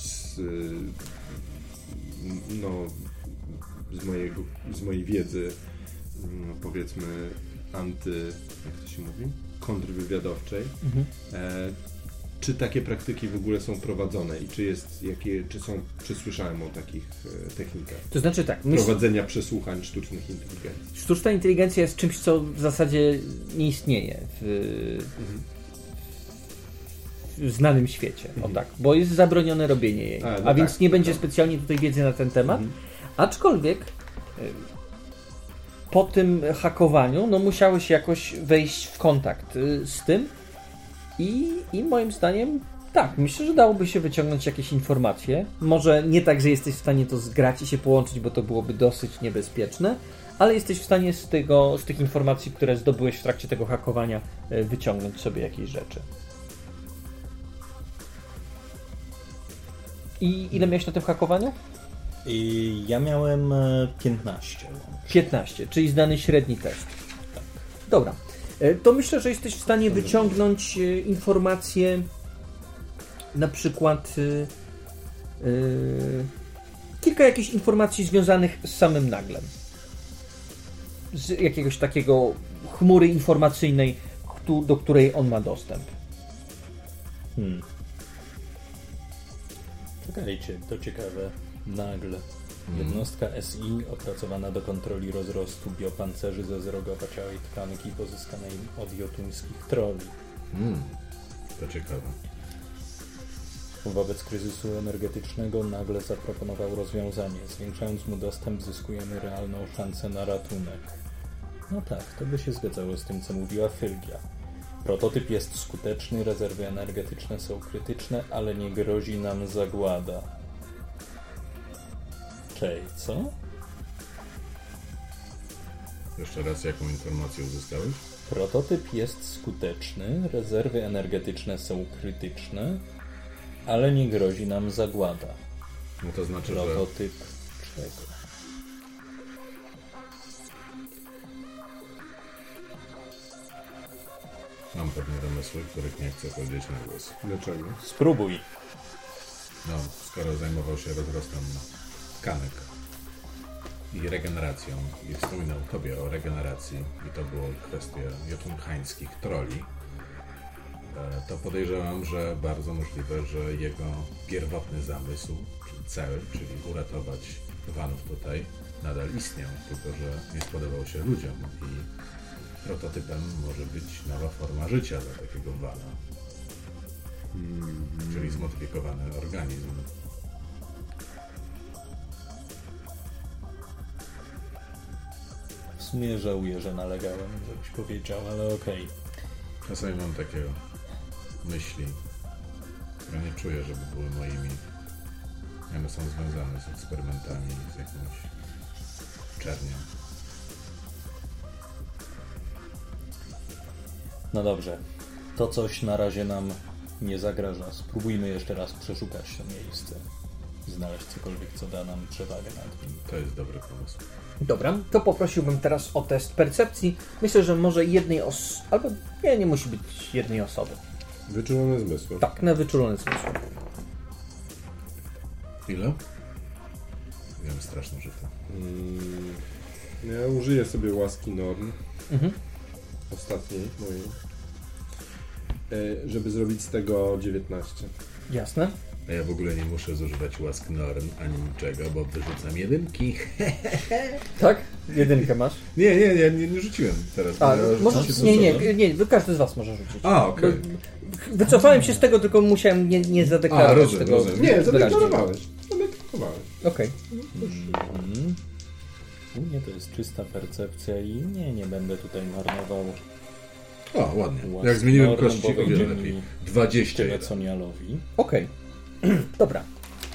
z mojej wiedzy, powiedzmy jak to się mówi? Kontrwywiadowczej. Czy takie praktyki w ogóle są prowadzone i czy słyszałem o takich technikach? To znaczy tak, prowadzenia przesłuchań sztucznych inteligencji. Sztuczna inteligencja jest czymś, co w zasadzie nie istnieje w znanym świecie, tak, bo jest zabronione robienie jej, więc nie będzie specjalnie tutaj wiedzy na ten temat, aczkolwiek po tym hakowaniu musiałeś jakoś wejść w kontakt z tym i moim zdaniem tak, myślę, że dałoby się wyciągnąć jakieś informacje, może nie tak, że jesteś w stanie to zgrać i się połączyć, bo to byłoby dosyć niebezpieczne, ale jesteś w stanie z tych informacji, które zdobyłeś w trakcie tego hakowania, wyciągnąć sobie jakieś rzeczy. I ile miałeś na tym hakowaniu? Ja miałem 15. 15, czyli zdany średni test. Tak. Dobra. To myślę, że jesteś w stanie wyciągnąć informacje, na przykład kilka jakichś informacji związanych z samym Naglem. Z jakiegoś takiego chmury informacyjnej, do której on ma dostęp. Czekajcie, to ciekawe. Nagle. Jednostka SI opracowana do kontroli rozrostu biopancerzy ze zrogowatałej tkanki pozyskanej od jotuńskich troli. To ciekawe. Wobec kryzysu energetycznego Nagle zaproponował rozwiązanie. Zwiększając mu dostęp, zyskujemy realną szansę na ratunek. No tak, to by się zgadzało z tym, co mówiła Fylgia. Prototyp jest skuteczny, rezerwy energetyczne są krytyczne, ale nie grozi nam zagłada. Co? Jeszcze raz, jaką informację uzyskałeś? Prototyp jest skuteczny, rezerwy energetyczne są krytyczne, ale nie grozi nam zagłada. No to znaczy, Prototyp czego? Mam pewne domysły, których nie chcę powiedzieć na głos. Dlaczego? Spróbuj. No, skoro zajmował się rozrostem tkanek i regeneracją i wspominał tobie o regeneracji i to było kwestia jotunhańskich troli, to podejrzewam, że bardzo możliwe, że jego pierwotny zamysł, czy cel, czyli uratować Wanów tutaj, nadal istniał, tylko że nie spodobał się ludziom i prototypem może być nowa forma życia dla takiego Wana. Czyli zmodyfikowany organizm. W sumie żałuję, że nalegałem, żebyś powiedział, ale okej. Czasami mam takie myśli, które nie czuję, żeby były moimi. One są związane z eksperymentami, z jakąś czernią. No dobrze. To coś na razie nam nie zagraża. Spróbujmy jeszcze raz przeszukać to miejsce. Znaleźć cokolwiek, co da nam przewagę nad nim. To jest dobry pomysł. Dobra, to poprosiłbym teraz o test percepcji. Myślę, że może jednej osoby, albo nie musi być jednej osoby. Wyczulone zmysły. Tak, na wyczulone zmysły. Ile? Wiem, straszne życie. Ja użyję sobie łaski norm. Ostatniej mojej. Żeby zrobić z tego 19. Jasne. A ja w ogóle nie muszę zużywać łask norm ani niczego, bo wyrzucam jedynki. Tak? Jedynkę masz? Nie rzuciłem teraz. Nie, każdy z was może rzucić. A, okej. Wycofałem się z tego, tylko musiałem nie zadeklarować tego. Rozumiem. Nie, zadeklarowałeś. Okej. U mnie to jest czysta percepcja i nie będę tutaj marnował. O, ładnie. Łask Jak zmieniłem norm, kości, bo o wiele wyjdzie lepiej. mi 20. Tyle co Nialowi. Okej. Dobra.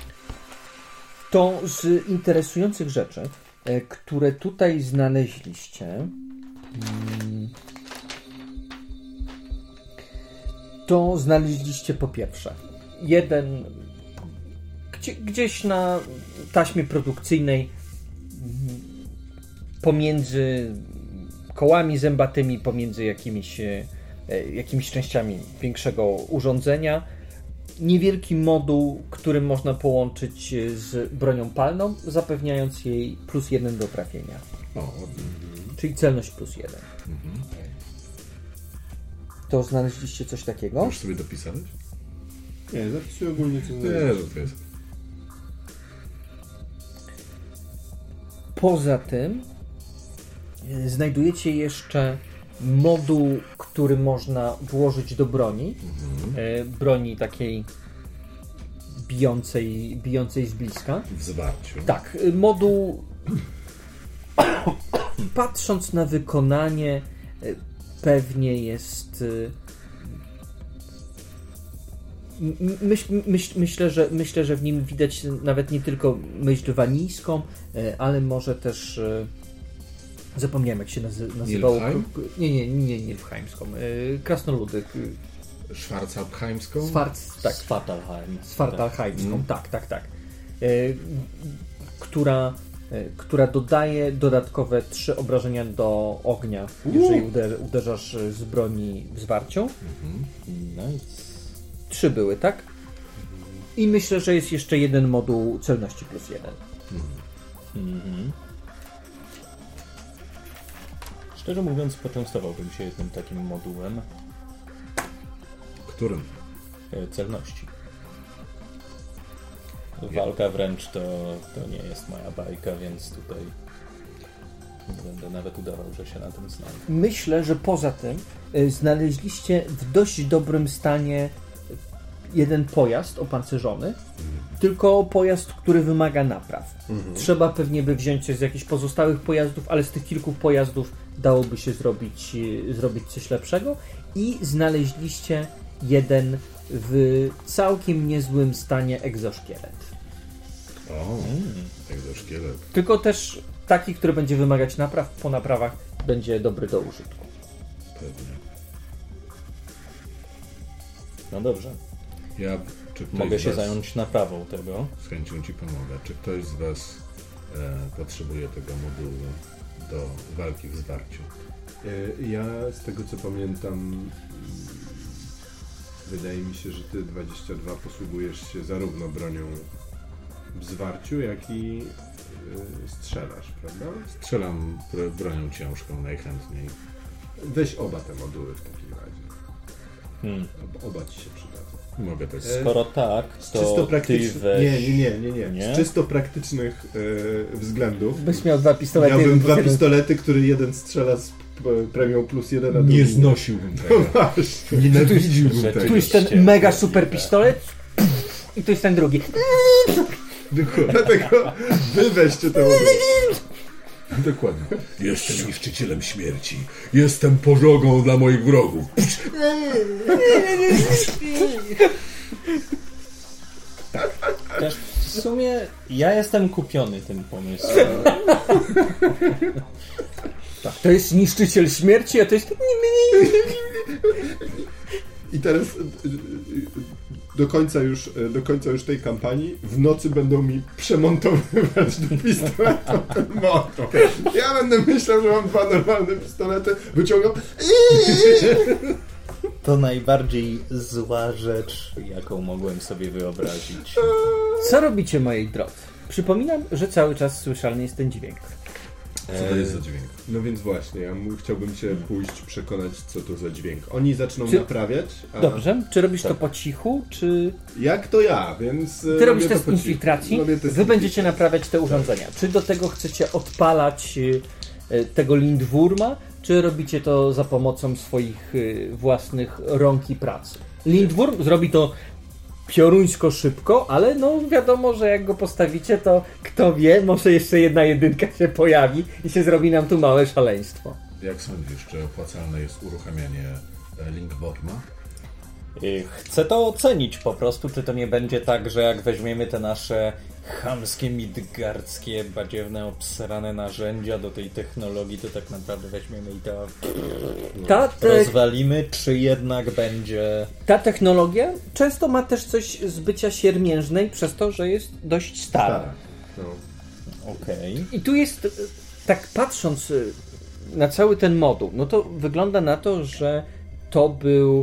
To z interesujących rzeczy, które tutaj znaleźliście, to znaleźliście po pierwsze jeden gdzieś na taśmie produkcyjnej pomiędzy kołami zębatymi, pomiędzy jakimiś częściami większego urządzenia, niewielki moduł, który można połączyć z bronią palną, zapewniając jej +1 do trafienia. Czyli celność +1. To znaleźliście coś takiego? Już sobie dopisałeś? Nie, zapisuję ogólnie co Nie, że to jest. Poza tym znajdujecie jeszcze moduł, który można włożyć do broni. Broni takiej bijącej z bliska. W zwarciu. Tak, moduł patrząc na wykonanie pewnie jest myślę, że w nim widać nawet nie tylko myśl wanijską, ale może też zapomniałem jak się nazywało. Nie Nilfheimską. Krasnoludy. Schwarzalbheimską? Svartalheimską. Tak. Która dodaje dodatkowe 3 obrażenia do ognia, jeżeli uderzasz z broni w zwarciu. Nice. 3 były, tak? I myślę, że jest jeszcze jeden moduł celności +1. Szczerze mówiąc, poczęstowałbym się jednym takim modułem. Którym? Celności. Walka wręcz to nie jest moja bajka, więc tutaj nie będę nawet udawał, że się na tym znam. Myślę, że poza tym znaleźliście w dość dobrym stanie jeden pojazd opancerzony, tylko pojazd, który wymaga napraw. Trzeba pewnie by wziąć coś z jakichś pozostałych pojazdów, ale z tych kilku pojazdów dałoby się zrobić coś lepszego i znaleźliście jeden w całkiem niezłym stanie egzoszkielet. Egzoszkielet. Tylko też taki, który będzie wymagać napraw, po naprawach będzie dobry do użytku. Pewnie. No dobrze. Mogę się zająć naprawą tego. Z chęcią ci pomogę. Czy ktoś z was potrzebuje tego modułu do walki w zwarciu? Ja z tego co pamiętam, wydaje mi się, że ty 22 posługujesz się zarówno bronią w zwarciu, jak i strzelasz, prawda? Strzelam bronią ciężką najchętniej. Weź oba te moduły w takim razie. Oba ci się przydadzą. Mogę tak. Skoro tak, to ty weź... Nie. Z czysto praktycznych względów. Byś miał 2 pistolety. Miałbym 2 pistolety, który jeden strzela z premią +1, a drugi... Nie znosiłbym tego. Nienawidziłbym tego. Tu jest ten mega super pistolet i tu jest ten drugi. Dokładnie. Dlatego wy weźcie te moduły. Dokładnie. Jestem niszczycielem śmierci. Jestem pożogą dla moich wrogów. Też w sumie ja jestem kupiony tym pomysłem. Tak, to jest niszczyciel śmierci, a to jest... I teraz do końca już tej kampanii w nocy będą mi przemontowywać do pistoletu ten motor. Ja będę myślał, że mam 2 normalne pistolety, wyciągam... To najbardziej zła rzecz, jaką mogłem sobie wyobrazić. Co robicie, moi drodzy? Przypominam, że cały czas słyszalny jest ten dźwięk. Co to jest za dźwięk? No więc właśnie, chciałbym się pójść przekonać, co to za dźwięk. Oni zaczną naprawiać. A... Dobrze, czy robisz to po cichu, czy... Jak to ja, więc... Ty robisz test infiltracji, wy będziecie naprawiać te urządzenia. Czy do tego chcecie odpalać tego lindwurma, czy robicie to za pomocą swoich własnych rąk i pracy? Lindwurm zrobi to pioruńsko szybko, ale no wiadomo, że jak go postawicie, to kto wie, może jeszcze jedna jedynka się pojawi i się zrobi nam tu małe szaleństwo. Jak sądzisz, czy opłacalne jest uruchamianie Lindwurma? Chcę to ocenić po prostu, czy to nie będzie tak, że jak weźmiemy te nasze chamskie, midgardzkie, badziewne, obsrane narzędzia do tej technologii, to tak naprawdę weźmiemy i to rozwalimy, czy jednak będzie... Ta technologia często ma też coś z bycia siermiężnej przez to, że jest dość stara. No. Okej. I tu jest, tak patrząc na cały ten moduł, no to wygląda na to, że to był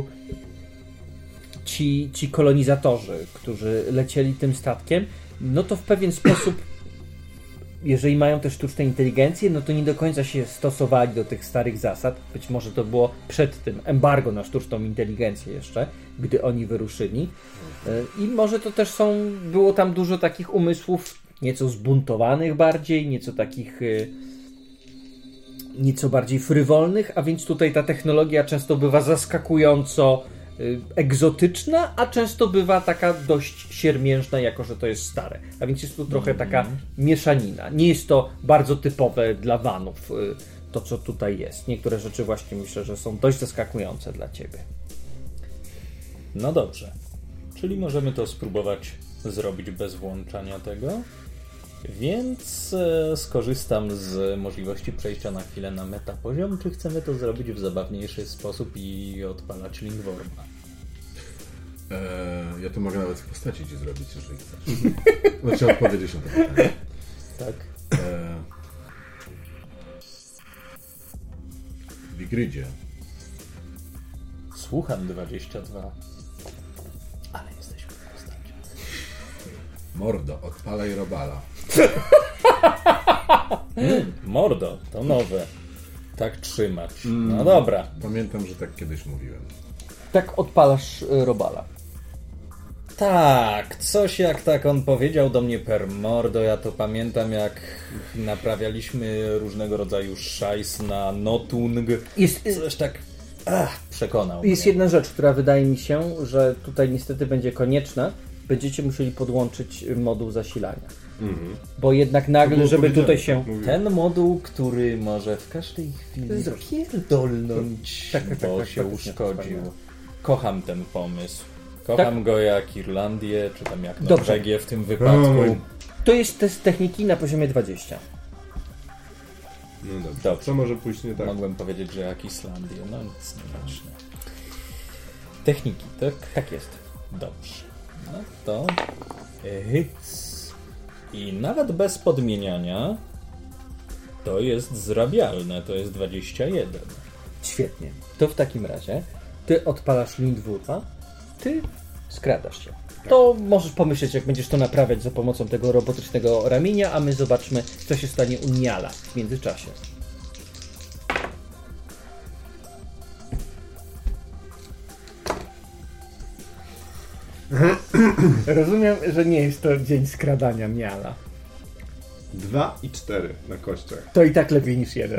ci kolonizatorzy, którzy lecieli tym statkiem, no to w pewien sposób, jeżeli mają też sztuczną inteligencję, no to nie do końca się stosowali do tych starych zasad. Być może to było przed tym embargo na sztuczną inteligencję jeszcze, gdy oni wyruszyli. I może to też było tam dużo takich umysłów nieco zbuntowanych bardziej, nieco takich nieco bardziej frywolnych, a więc tutaj ta technologia często bywa zaskakująco egzotyczna, a często bywa taka dość siermiężna, jako że to jest stare. A więc jest tu trochę taka mieszanina. Nie jest to bardzo typowe dla vanów, to co tutaj jest. Niektóre rzeczy właśnie myślę, że są dość zaskakujące dla ciebie. No dobrze. Czyli możemy to spróbować zrobić bez włączania tego. Więc skorzystam z możliwości przejścia na chwilę na metapoziom. Czy chcemy to zrobić w zabawniejszy sposób i odpalać Lindworma? Ja to mogę nawet w postaci ci zrobić, jeżeli chcesz. Znaczy odpowiedzieć na to pytanie. Tak. W Vigridzie. Słucham 22. Ale jesteśmy w postaci. Mordo, odpalaj robala. Mordo, to nowe. Tak trzymać. No dobra. Pamiętam, że tak kiedyś mówiłem. Tak odpalasz robala. Tak, coś jak tak on powiedział do mnie per mordo. Ja to pamiętam, jak naprawialiśmy różnego rodzaju szajs na Notung. Coś tak przekonał Jest mnie. jedna rzecz, która wydaje mi się, że tutaj niestety będzie konieczna. Będziecie musieli podłączyć moduł zasilania. Bo jednak nagle, żeby tutaj się... Ten moduł, który może w każdej chwili pierdolnąć, bo się uszkodził. Kocham ten pomysł. Kocham go jak Irlandię, czy tam jak Norwegię w tym wypadku. To jest test techniki na poziomie 20. No dobrze. Co może pójść nie tak? Mogłem powiedzieć, że jak Islandię. No nic nieważne. Techniki, tak? Tak jest. Dobrze. No to... I nawet bez podmieniania to jest zrabialne. To jest 21. Świetnie. To w takim razie ty odpalasz Lindwurma, ty skradasz się. To możesz pomyśleć, jak będziesz to naprawiać za pomocą tego robotycznego ramienia, a my zobaczmy, co się stanie u Niala w międzyczasie. Rozumiem, że nie jest to dzień skradania Niala. 2 i 4 na kościach. To i tak lepiej niż 1.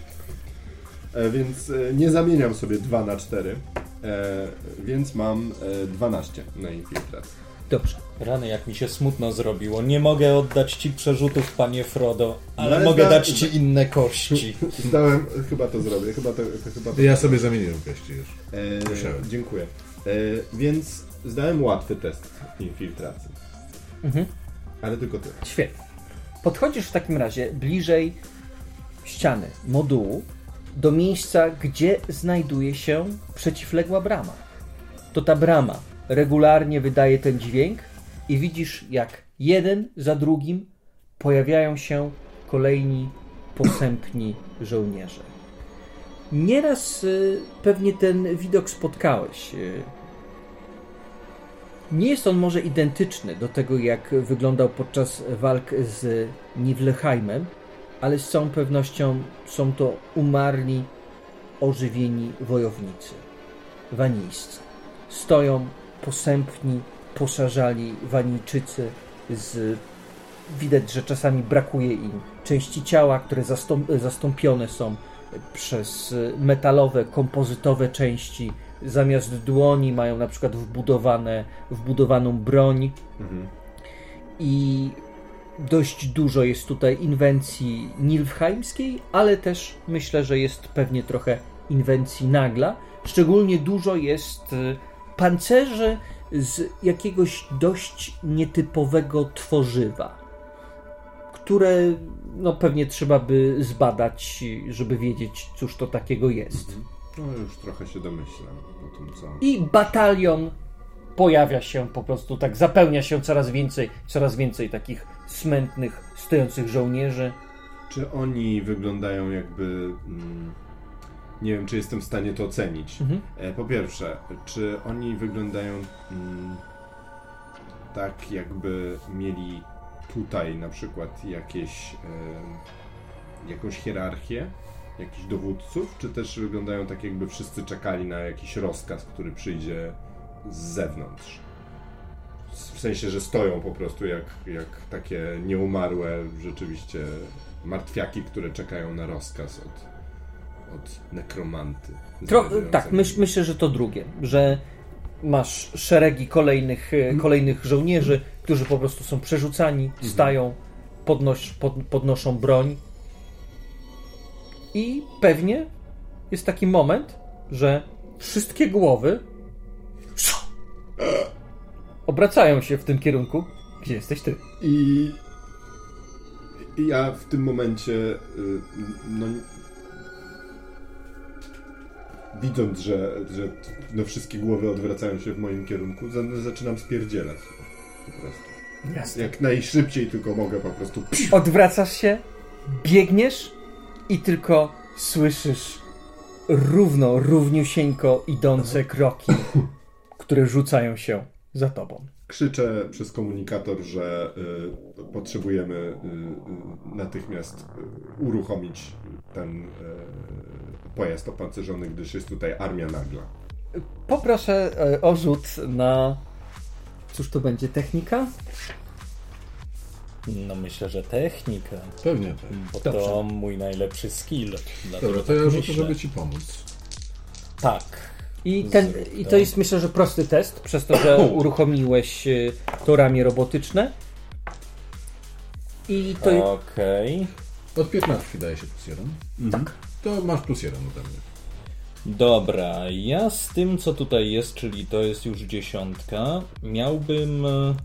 Więc nie zamieniam sobie 2 na 4, więc mam 12 na infiltracji. Dobrze. Rany, jak mi się smutno zrobiło. Nie mogę oddać ci przerzutów, panie Frodo, ale mogę dać ci inne kości. Zdałem, chyba to zrobię. Chyba to Ja sobie zamieniłem kości już. Dziękuję. Więc zdałem łatwy test infiltracji. Ale tylko ty. Świetnie. Podchodzisz w takim razie bliżej ściany modułu do miejsca, gdzie znajduje się przeciwległa brama. To ta brama regularnie wydaje ten dźwięk i widzisz, jak jeden za drugim pojawiają się kolejni posępni żołnierze. Nieraz pewnie ten widok spotkałeś. Nie jest on może identyczny do tego, jak wyglądał podczas walk z Niflheimem, ale z całą pewnością są to umarli, ożywieni wojownicy, wanijscy. Stoją posępni, poszarzali Wanijczycy. Widać, że czasami brakuje im części ciała, które zastąpione są przez metalowe, kompozytowe części. Zamiast dłoni mają na przykład wbudowaną broń. I dość dużo jest tutaj inwencji nilfheimskiej, ale też myślę, że jest pewnie trochę inwencji Nagla. Szczególnie dużo jest pancerzy z jakiegoś dość nietypowego tworzywa, które pewnie trzeba by zbadać, żeby wiedzieć, cóż to takiego jest. No już trochę się domyślam o tym, co... I batalion pojawia się po prostu, tak zapełnia się coraz więcej takich smętnych, stojących żołnierzy. Czy oni wyglądają jakby... Nie wiem, czy jestem w stanie to ocenić. Po pierwsze, czy oni wyglądają tak, jakby mieli tutaj na przykład jakąś hierarchię, jakichś dowódców, czy też wyglądają tak, jakby wszyscy czekali na jakiś rozkaz, który przyjdzie z zewnątrz? W sensie, że stoją po prostu jak takie nieumarłe rzeczywiście martwiaki, które czekają na rozkaz od nekromanty. Tak, myślę, że to drugie, że masz szeregi kolejnych żołnierzy, którzy po prostu są przerzucani, stają, podnoszą broń i pewnie jest taki moment, że wszystkie głowy obracają się w tym kierunku, gdzie jesteś ty. I ja w tym momencie widząc, że wszystkie głowy odwracają się w moim kierunku, zaczynam spierdzielać po prostu. Jasne. Jak najszybciej tylko mogę po prostu... Odwracasz się, biegniesz i tylko słyszysz równiusieńko idące kroki, które rzucają się za tobą. Krzyczę przez komunikator, że potrzebujemy natychmiast uruchomić ten pojazd opancerzony, gdyż jest tutaj armia Nagla. Poproszę o rzut na... Cóż to będzie? Technika? No myślę, że technika. Pewnie tak. Bo Dobrze. to mój najlepszy skill. Dobra, to ja rzucę, żeby ci pomóc. Tak. I to jest, myślę, że prosty test, przez to, że uruchomiłeś to ramię robotyczne. I to... Okej. Od 15 daje się plus 1. Tak. To masz plus 1 ode mnie. Dobra, ja z tym, co tutaj jest, czyli to jest już 10, miałbym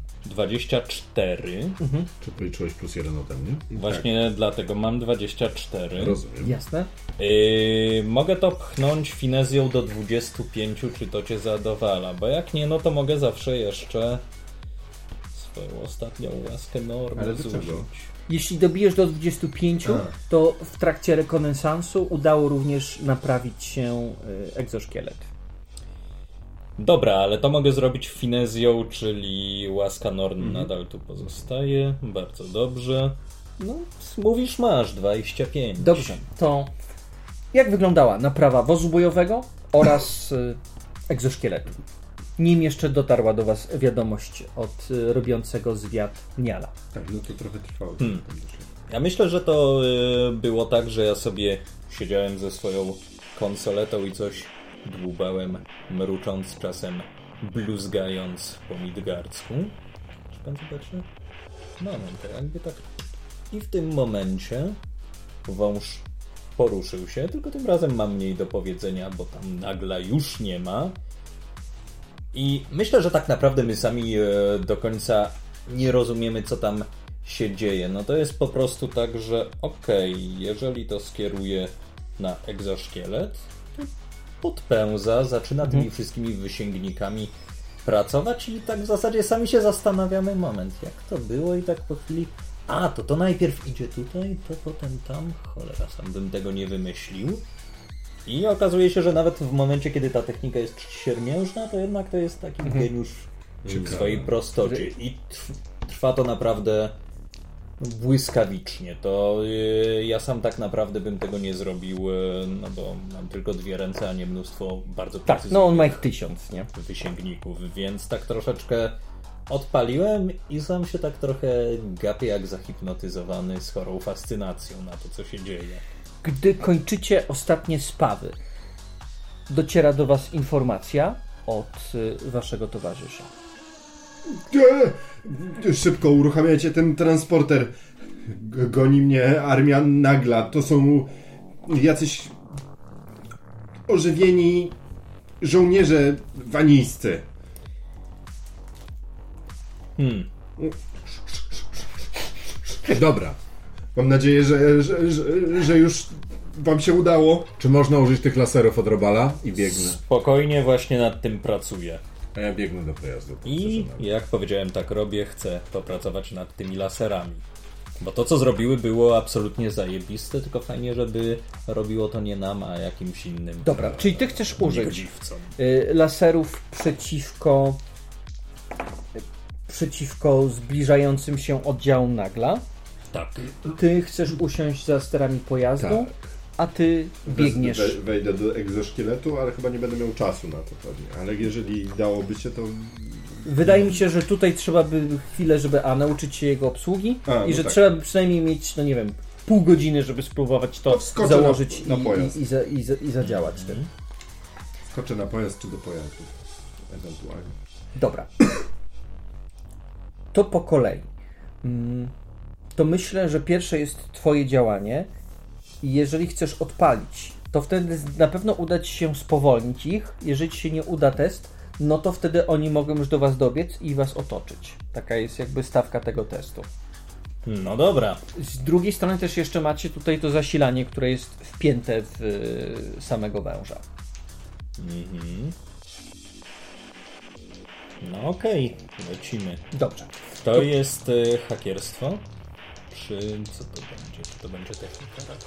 24. Czy policzyłeś plus 1 ode mnie? Właśnie dlatego mam 24. Rozumiem. Jasne. Mogę to pchnąć finezją do 25, czy to cię zadowala, bo jak nie, no to mogę zawsze jeszcze swoją ostatnią łaskę normy Ale zużyć. dlaczego? Jeśli dobijesz do 25, to w trakcie rekonesansu udało również naprawić się egzoszkielet. Dobra, ale to mogę zrobić finezją, czyli łaska norm nadal tu pozostaje. Bardzo dobrze. No, mówisz, masz 25. Dobrze, to jak wyglądała naprawa wozu bojowego oraz egzoszkieletu? Nim jeszcze dotarła do was wiadomość od robiącego zwiat Niala. Tak, no to trochę trwało. Ja myślę, że to było tak, że ja sobie siedziałem ze swoją konsoletą i coś dłubałem, mrucząc, czasem bluzgając po midgardzku. Czy pan zobaczy? Moment, jakby tak. I w tym momencie wąż poruszył się, tylko tym razem ma mniej do powiedzenia, bo tam Nagla już nie ma. I myślę, że tak naprawdę my sami do końca nie rozumiemy, co tam się dzieje. No to jest po prostu tak, że okej, jeżeli to skieruje na egzoszkielet, to podpędza, zaczyna tymi wszystkimi wysięgnikami pracować i tak w zasadzie sami się zastanawiamy, moment, jak to było i tak po chwili, to najpierw idzie tutaj, to potem tam, cholera, sam bym tego nie wymyślił. I okazuje się, że nawet w momencie, kiedy ta technika jest siermiężna, to jednak to jest taki geniusz w swojej prostocie. I trwa to naprawdę błyskawicznie. To ja sam tak naprawdę bym tego nie zrobił, no bo mam tylko 2 ręce, a nie mnóstwo bardzo precyzyjnych no on ma ich 1000, nie? Wysięgników, więc tak troszeczkę odpaliłem i sam się tak trochę gapię jak zahipnotyzowany z chorą fascynacją na to, co się dzieje. Gdy kończycie ostatnie spawy, dociera do was informacja od waszego towarzysza. Szybko uruchamiajcie ten transporter. Goni mnie armia nagla. To są jacyś ożywieni żołnierze wanijscy. Dobra. Mam nadzieję, że już wam się udało. Czy można użyć tych laserów od Robala? I biegnę. Spokojnie właśnie nad tym pracuję. A ja biegnę do pojazdu. I jak powiedziałem, tak robię, chcę popracować nad tymi laserami. Bo to, co zrobiły, było absolutnie zajebiste, tylko fajnie, żeby robiło to nie nam, a jakimś innym. Dobra, czyli ty chcesz użyć niegodziwcom. laserów przeciwko zbliżającym się oddziałom nagla. Tak. Ty chcesz usiąść za sterami pojazdu, Tak. a ty biegniesz. Wejdę do egzoszkieletu, ale chyba nie będę miał czasu na to pewnie. Ale jeżeli dałoby się, to... Wydaje mi się, że tutaj trzeba by chwilę, żeby nauczyć się jego obsługi i że trzeba by przynajmniej mieć, no nie wiem, pół godziny, żeby spróbować to założyć na pojazd. i zadziałać tym. Skoczę na pojazd czy do pojazdu. Ewentualnie. Dobra. To po kolei. To myślę, że pierwsze jest twoje działanie i jeżeli chcesz odpalić, to wtedy na pewno uda ci się spowolnić ich. Jeżeli ci się nie uda test, no to wtedy oni mogą już do was dobiec i was otoczyć. Taka jest jakby stawka tego testu. No dobra. Z drugiej strony też jeszcze macie tutaj to zasilanie, które jest wpięte w samego węża. No okej, lecimy. Dobrze. To jest hakierstwo? Czy co to będzie? Czy to będzie technika?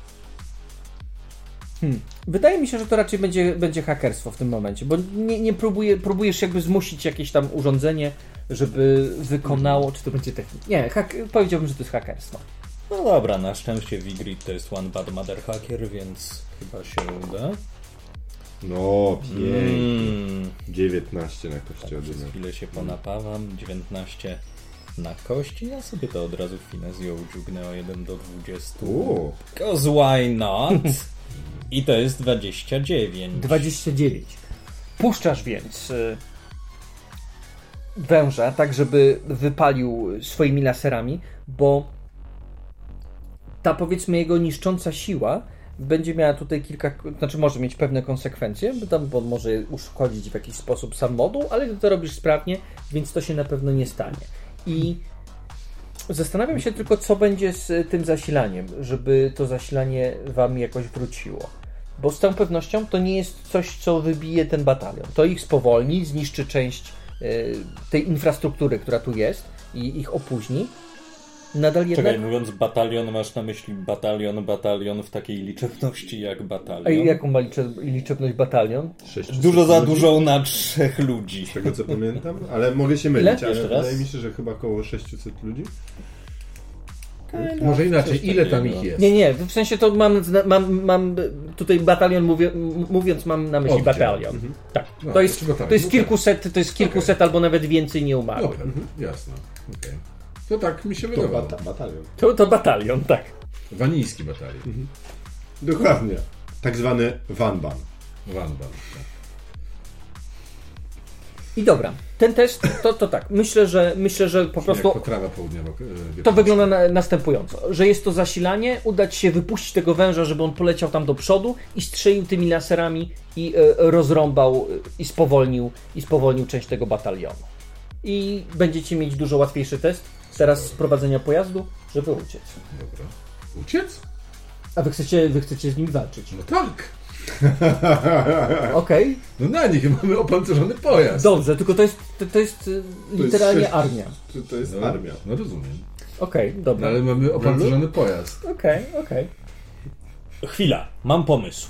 Wydaje mi się, że to raczej będzie hakerstwo w tym momencie, bo nie próbujesz jakby zmusić jakieś tam urządzenie, żeby wykonało, czy to będzie technika. Nie, powiedziałbym, że to jest hakerstwo. No dobra, na szczęście Vigrid to jest One Bad Mother Hacker, więc chyba się uda. No, pięknie. 19 na kości Przez chwilę się ponapawam, 19 na kości, ja sobie to od razu finezją dziugnę o 1 do 20. Cause why not? I to jest 29. 29. Puszczasz więc węża, tak żeby wypalił swoimi laserami, bo ta, powiedzmy, jego niszcząca siła będzie miała tutaj może mieć pewne konsekwencje, bo może uszkodzić w jakiś sposób sam moduł, ale ty to robisz sprawnie, więc to się na pewno nie stanie. I zastanawiam się tylko, co będzie z tym zasilaniem, żeby to zasilanie wam jakoś wróciło. Bo z całą pewnością to nie jest coś, co wybije ten batalion. To ich spowolni, zniszczy część tej infrastruktury, która tu jest i ich opóźni. Nadal jednak... Czekaj, mówiąc batalion, masz na myśli batalion w takiej liczebności jak batalion? A jaką ma liczebność batalion? Dużo za dużo na 3 ludzi. Z tego co pamiętam, ale mogę się mylić, ale Jeszcze wydaje raz? mi się, że chyba około 600 ludzi. Może inaczej, ile tam ich jest? Nie, w sensie to mam tutaj batalion, mówiąc mam na myśli Oddział. batalion. Tak, No, to jest kilkuset albo nawet więcej nieumarłych. Dobra, jasne. Okay. To tak mi się wydawało. Batalion. To batalion, tak. Wanijski batalion. Dokładnie. Tak zwany Vanban. Vanban. I dobra, ten test to tak. Myślę, że po prostu Jak potrawa południowa. to wygląda następująco, że jest to zasilanie, uda ci się wypuścić tego węża, żeby on poleciał tam do przodu i strzelił tymi laserami i rozrąbał i spowolnił część tego batalionu. I będziecie mieć dużo łatwiejszy test teraz z prowadzenia pojazdu, żeby uciec. Dobra. Uciec? A wy chcecie z nim walczyć? No tak. Okej. No na nich mamy opancerzony pojazd. Dobrze, tylko to jest literalnie armia. To jest armia. No rozumiem. Okej, dobra. No, ale mamy opancerzony pojazd. Okej. Chwila, mam pomysł.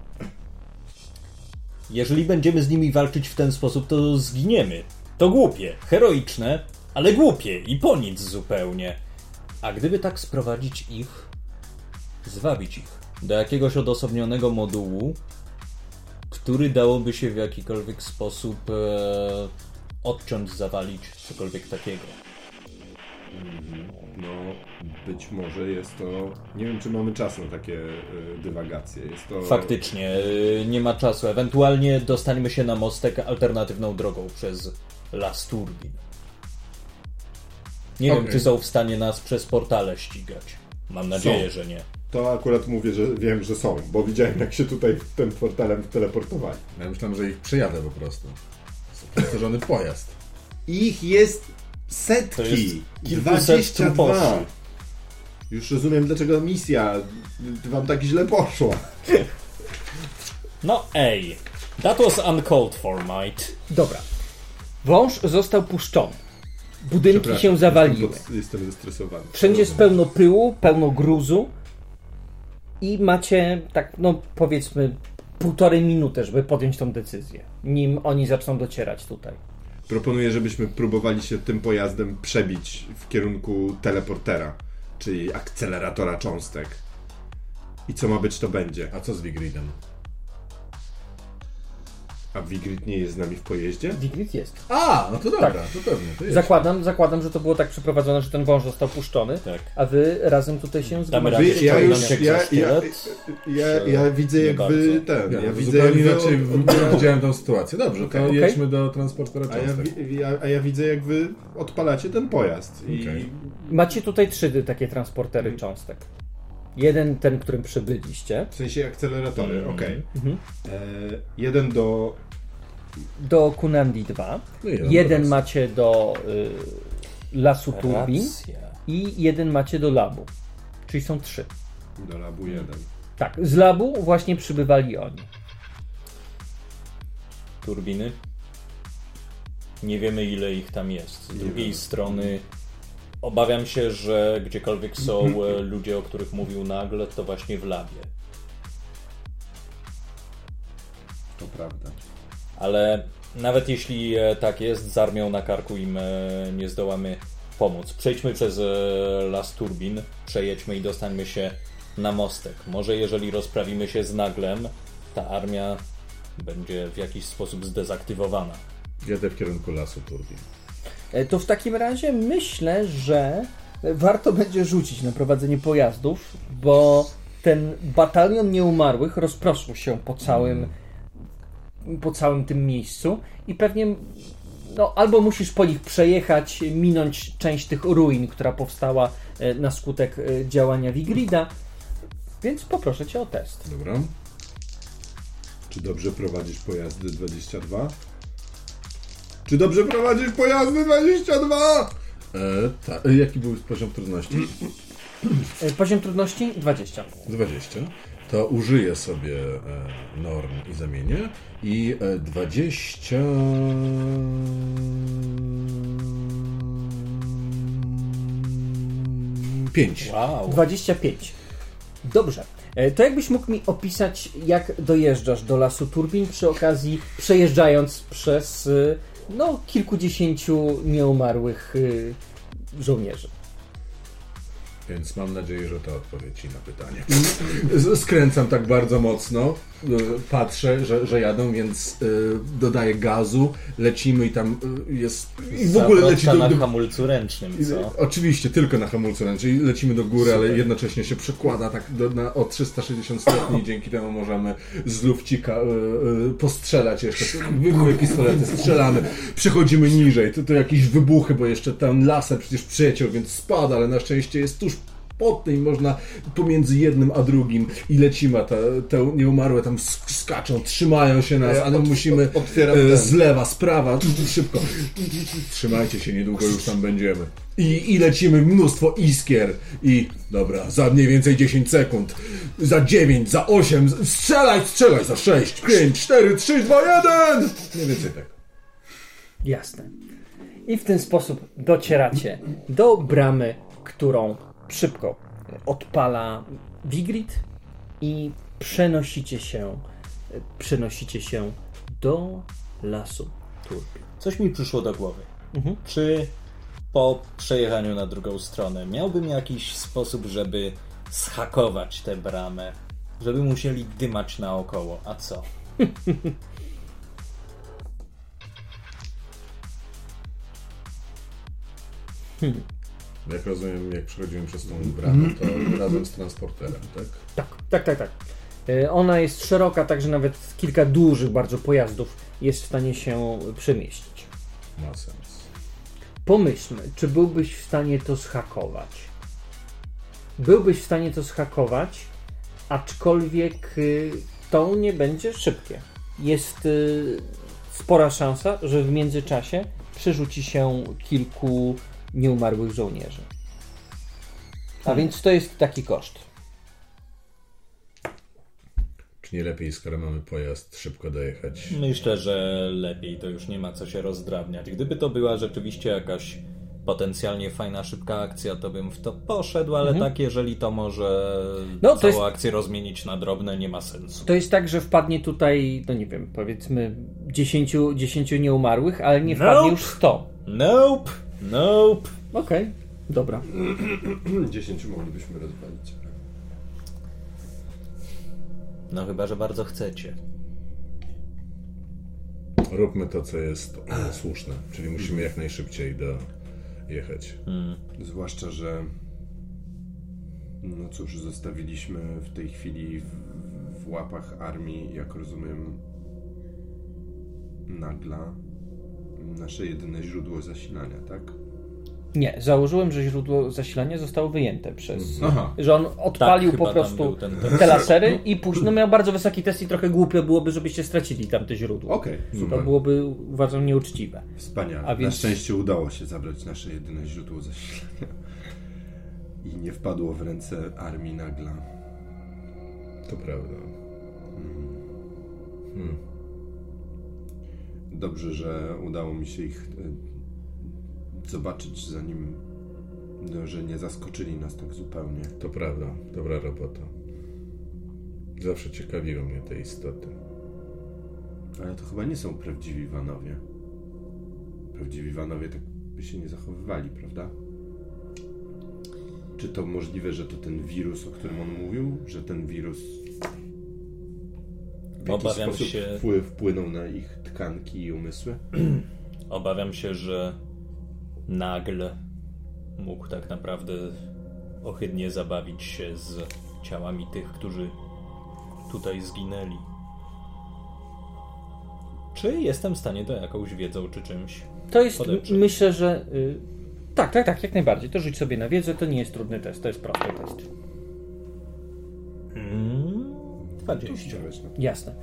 Jeżeli będziemy z nimi walczyć w ten sposób, to zginiemy. To głupie, heroiczne, ale głupie i po nic zupełnie. A gdyby tak sprowadzić ich, zwabić ich do jakiegoś odosobnionego modułu, który dałoby się w jakikolwiek sposób odciąć, zawalić, cokolwiek takiego. No, być może jest to... Nie wiem, czy mamy czas na takie dywagacje. Jest to... Faktycznie, nie ma czasu. Ewentualnie dostaniemy się na mostek alternatywną drogą przez Las Turbin. Nie wiem, czy są w stanie nas przez portale ścigać. Mam nadzieję, że nie. To akurat mówię, że wiem, że są, bo widziałem, jak się tutaj tym portalem teleportowali. Ja myślałem, że ich przejadę po prostu. Wyposażony pojazd. Ich jest setki. To jest 22. Już rozumiem, dlaczego misja wam tak źle poszła. No ej, that was uncalled for, mate. Dobra. Wąż został puszczony. Budynki się zawaliły. Jestem zestresowany. Wszędzie jest pełno pyłu, pełno gruzu. I macie, tak, no powiedzmy, 1,5 minuty, żeby podjąć tą decyzję, nim oni zaczną docierać tutaj. Proponuję, żebyśmy próbowali się tym pojazdem przebić w kierunku teleportera, czyli akceleratora cząstek. I co ma być, to będzie. A co z Vigridem? A Vigrid nie jest z nami w pojeździe? Vigrid jest. A, no to dobra, Tak. to pewnie. To jest. Zakładam, że to było tak przeprowadzone, że ten wąż został puszczony, Tak. a wy razem tutaj się Damy zgromadziliście. radę. Ja widzę, jak bardzo. wy Ja widzę, jak zupełnie wy inaczej widziałem tą sytuację. Dobrze, to Okej. jedźmy do transportera a cząstek. ja widzę, jak wy odpalacie ten pojazd. Okej. Macie tutaj 3 takie transportery cząstek. Jeden, ten, którym przybyliście. W sensie akceleratory, okej. Mhm. Jeden do... Do Kunandi 2. No i Jeden raz. macie do Lasu Turbin. Racja. I jeden macie do labu. Czyli są 3. Do labu 1. Tak, z labu właśnie przybywali oni. Turbiny. Nie wiemy, ile ich tam jest. Z drugiej strony obawiam się, że gdziekolwiek są ludzie, o których mówił nagle, to właśnie w labie. To prawda. Ale nawet jeśli tak jest, z armią na karku im nie zdołamy pomóc. Przejdźmy przez Las Turbin, przejedźmy i dostańmy się na mostek. Może jeżeli rozprawimy się z naglem, ta armia będzie w jakiś sposób zdezaktywowana. Jadę w kierunku Lasu Turbin. To w takim razie myślę, że warto będzie rzucić na prowadzenie pojazdów, bo ten batalion nieumarłych rozproszył się po całym tym miejscu i pewnie albo musisz po nich przejechać, minąć część tych ruin, która powstała na skutek działania Vigrida, więc poproszę cię o test. Dobra. Czy dobrze prowadzisz pojazdy 22? Czy dobrze prowadzisz pojazdy 22? Tak. Jaki był poziom trudności? Poziom trudności 20. 20. To użyję sobie norm i zamienię. I 20... Wow. 25. Dobrze. To jakbyś mógł mi opisać, jak dojeżdżasz do Lasu Turbin przy okazji przejeżdżając przez kilkudziesięciu nieumarłych żołnierzy. Więc mam nadzieję, że to odpowie ci na pytanie. Skręcam tak bardzo mocno, patrzę, że jadą, więc dodaję gazu, lecimy i tam jest... I w ogóle leci na hamulcu ręcznym, co? Oczywiście, tylko na hamulcu ręcznym. Czyli lecimy do góry, ale jednocześnie się przekłada tak o 360 stopni i dzięki temu możemy z lufcika postrzelać jeszcze. Wyjmujemy pistolety, strzelamy, przechodzimy niżej. To jakieś wybuchy, bo jeszcze ten laser przecież przeciął, więc spada, ale na szczęście jest tuż pod tym, można pomiędzy jednym a drugim i lecimy, a te nieumarłe tam skaczą, trzymają się nas, ale musimy z lewa, z prawa, szybko. Trzymajcie się, niedługo już tam będziemy. I lecimy, mnóstwo iskier i dobra, za mniej więcej 10 sekund, za 9, za 8, strzelaj, za 6, 5, 4, 3, 2, 1! Mniej więcej tak. Jasne. I w ten sposób docieracie do bramy, którą szybko odpala Vigrid i przenosicie się do Lasu Turbin. Coś mi przyszło do głowy. Czy po przejechaniu na drugą stronę miałbym jakiś sposób, żeby zhakować tę bramę, żeby musieli dymać naokoło, a co? Jak rozumiem, jak przechodzimy przez tą bramę, to razem z transporterem, tak? Tak. Ona jest szeroka, tak że nawet kilka dużych bardzo pojazdów jest w stanie się przemieścić. Ma sens. Pomyślmy, czy byłbyś w stanie to zhakować? Byłbyś w stanie to zhakować, aczkolwiek to nie będzie szybkie. Jest spora szansa, że w międzyczasie przerzuci się kilku nieumarłych żołnierzy. A więc to jest taki koszt. Czy nie lepiej, skoro mamy pojazd, szybko dojechać? Myślę, że lepiej, to już nie ma co się rozdrabniać. Gdyby to była rzeczywiście jakaś potencjalnie fajna, szybka akcja, to bym w to poszedł, ale tak, jeżeli to może całą akcję rozmienić na drobne, nie ma sensu. To jest tak, że wpadnie tutaj, no nie wiem, powiedzmy 10 nieumarłych, ale nie wpadnie już 100. Nope. Okej, dobra. 10 moglibyśmy rozwalić. No chyba, że bardzo chcecie. Róbmy to, co jest słuszne, czyli musimy jak najszybciej dojechać. Zwłaszcza, że no cóż, zostawiliśmy w tej chwili w łapach armii, jak rozumiem, Nagla nasze jedyne źródło zasilania, tak? Nie, założyłem, że źródło zasilania zostało wyjęte przez... Aha. Że on odpalił tak, po prostu te lasery i później miał bardzo wysoki test i trochę głupio byłoby, żebyście stracili tamte źródło. Okej, super. To byłoby, uważam, nieuczciwe. Wspaniale. A więc... Na szczęście udało się zabrać nasze jedyne źródło zasilania. I nie wpadło w ręce armii Nagla. To prawda. Dobrze, że udało mi się ich zobaczyć, zanim, że nie zaskoczyli nas tak zupełnie. To prawda, dobra robota. Zawsze ciekawiły mnie te istoty. Ale to chyba nie są prawdziwi Vanowie. Prawdziwi Vanowie tak by się nie zachowywali, prawda? Czy to możliwe, że to ten wirus, o którym on mówił? Że ten wirus w jakiś sposób wpłynął na ich tkanki i umysły? Obawiam się, że nagle mógł tak naprawdę ohydnie zabawić się z ciałami tych, którzy tutaj zginęli. Czy jestem w stanie to jakąś wiedzą czy czymś To jest, podeprzeć? myślę, że... Tak, jak najbardziej. To rzuć sobie na wiedzę, to nie jest trudny test, to jest prosty test. 20. Jasne.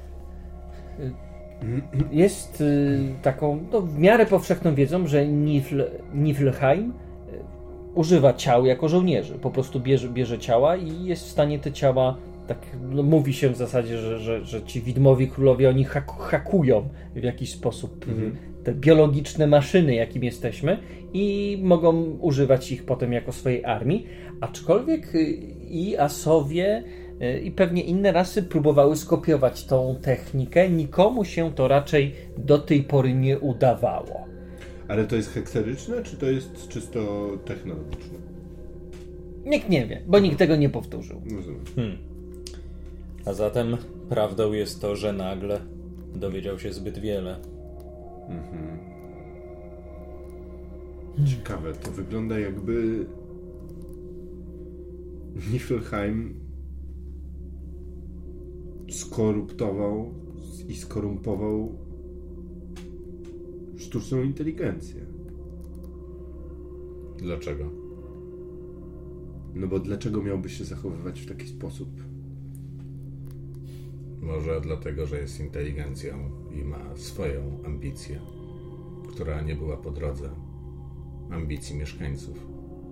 Jest taką w miarę powszechną wiedzą, że Niflheim używa ciał jako żołnierzy. Po prostu bierze ciała i jest w stanie te ciała, tak mówi się w zasadzie, że ci widmowi królowie, oni hakują w jakiś sposób te biologiczne maszyny, jakim jesteśmy, i mogą używać ich potem jako swojej armii. Aczkolwiek i Asowie i pewnie inne rasy próbowały skopiować tą technikę. Nikomu się to raczej do tej pory nie udawało. Ale to jest hekseryczne, czy to jest czysto technologiczne? Nikt nie wie, bo nikt tego nie powtórzył. Rozumiem. A zatem prawdą jest to, że nagle dowiedział się zbyt wiele. Ciekawe, to wygląda jakby Niflheim skoruptował i skorumpował sztuczną inteligencję. Dlaczego? No bo dlaczego miałby się zachowywać w taki sposób? Może dlatego, że jest inteligencją i ma swoją ambicję, która nie była po drodze ambicji mieszkańców.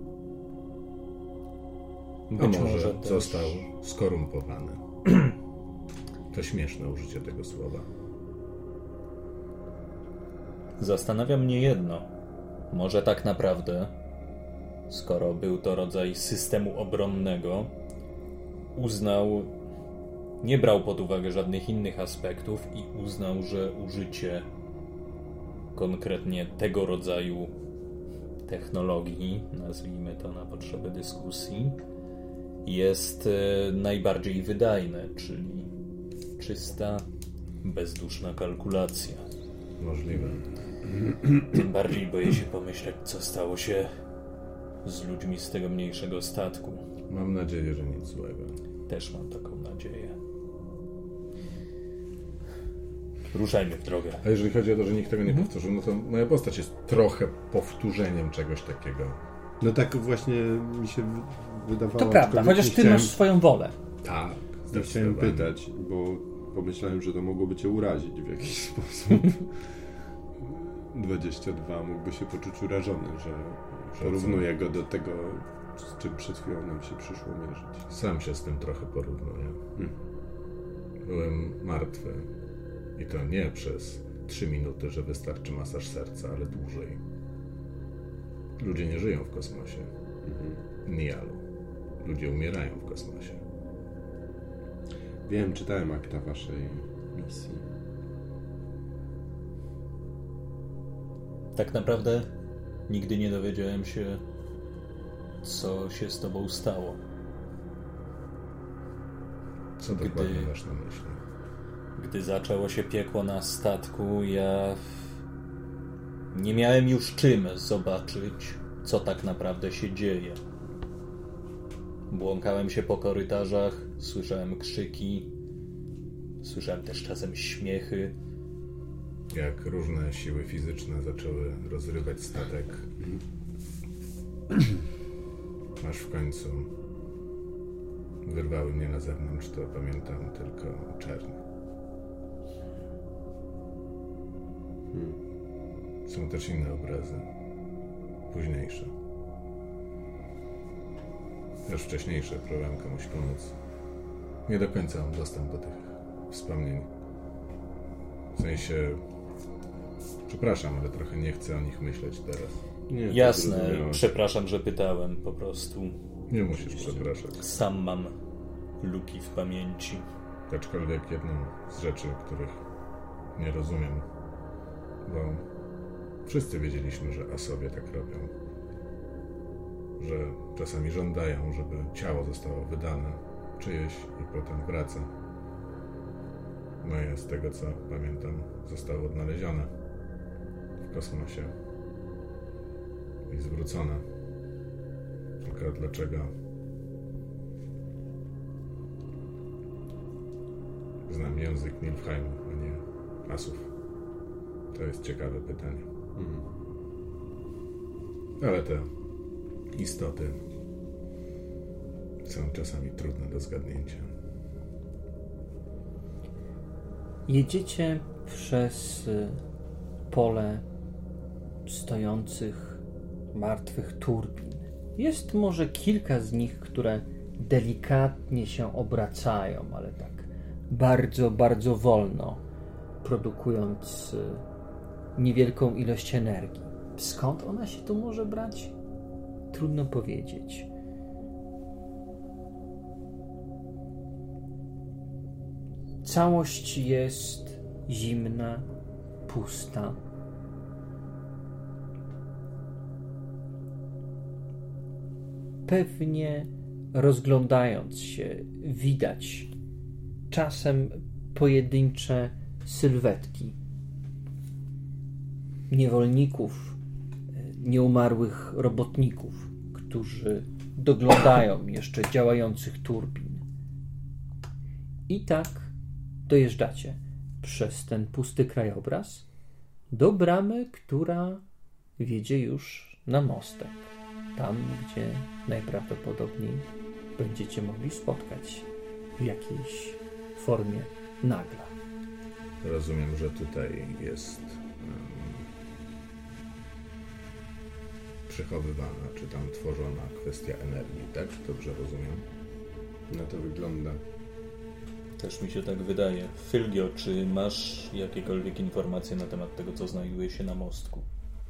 A może został skorumpowany. To śmieszne użycie tego słowa. Zastanawia mnie jedno. Może tak naprawdę, skoro był to rodzaj systemu obronnego, nie brał pod uwagę żadnych innych aspektów i uznał, że użycie konkretnie tego rodzaju technologii, nazwijmy to na potrzeby dyskusji, jest najbardziej wydajne, czyli czysta, bezduszna kalkulacja. Możliwe. Tym bardziej boję się pomyśleć, co stało się z ludźmi z tego mniejszego statku. Mam nadzieję, że nic złego. Też mam taką nadzieję. Ruszajmy w drogę. A jeżeli chodzi o to, że nikt tego nie powtórzył, no to moja postać jest trochę powtórzeniem czegoś takiego. No tak właśnie mi się wydawało. To prawda, chociaż ty masz swoją wolę. Tak. Chciałem pytać, bo pomyślałem, że to mogłoby cię urazić w jakiś sposób. 22 mógłby się poczuć urażony, że porównuję go do tego, z czym przed chwilą nam się przyszło mierzyć. Sam się z tym trochę porównuję. Byłem martwy. I to nie przez 3 minuty, że wystarczy masaż serca, ale dłużej. Ludzie nie żyją w kosmosie. Nialu. Ludzie umierają w kosmosie. Wiem, czytałem akta waszej misji. Tak naprawdę nigdy nie dowiedziałem się, co się z tobą stało. Co dokładnie masz na myśli? Gdy zaczęło się piekło na statku, ja nie miałem już czym zobaczyć, co tak naprawdę się dzieje. Błąkałem się po korytarzach, słyszałem krzyki, słyszałem też czasem śmiechy. Jak różne siły fizyczne zaczęły rozrywać statek, aż w końcu wyrwały mnie na zewnątrz, to pamiętam tylko czerń. Są też inne obrazy, późniejsze. Już wcześniejsze próbowałem komuś pomóc. Nie do końca mam dostęp do tych wspomnień. W sensie, przepraszam, ale trochę nie chcę o nich myśleć teraz. Nie, jasne, przepraszam, że pytałem, po prostu. Nie musisz przepraszać. Sam mam luki w pamięci. Aczkolwiek jedną z rzeczy, których nie rozumiem, bo wszyscy wiedzieliśmy, że asowie tak robią. Że czasami żądają, żeby ciało zostało wydane czyjeś i potem wraca. Moje, z tego co pamiętam, zostało odnalezione w kosmosie i zwrócone. Tylko dlaczego znam język Nilfheimu, a nie asów? To jest ciekawe pytanie. Ale te istoty są czasami trudne do zgadnięcia. Jedziecie przez pole stojących, martwych turbin. Jest może kilka z nich, które delikatnie się obracają, ale tak bardzo, bardzo wolno, produkując niewielką ilość energii. Skąd ona się tu może brać? Trudno powiedzieć. Całość jest zimna, pusta. Pewnie rozglądając się, widać czasem pojedyncze sylwetki niewolników, nieumarłych robotników, którzy doglądają jeszcze działających turbin. I tak dojeżdżacie przez ten pusty krajobraz do bramy, która wiedzie już na mostek. Tam, gdzie najprawdopodobniej będziecie mogli spotkać w jakiejś formie nagla. Rozumiem, że tutaj jest przechowywana, czy tam tworzona kwestia energii, tak? Dobrze rozumiem? Na to wygląda. Też mi się tak wydaje. Fylgio, czy masz jakiekolwiek informacje na temat tego, co znajduje się na mostku?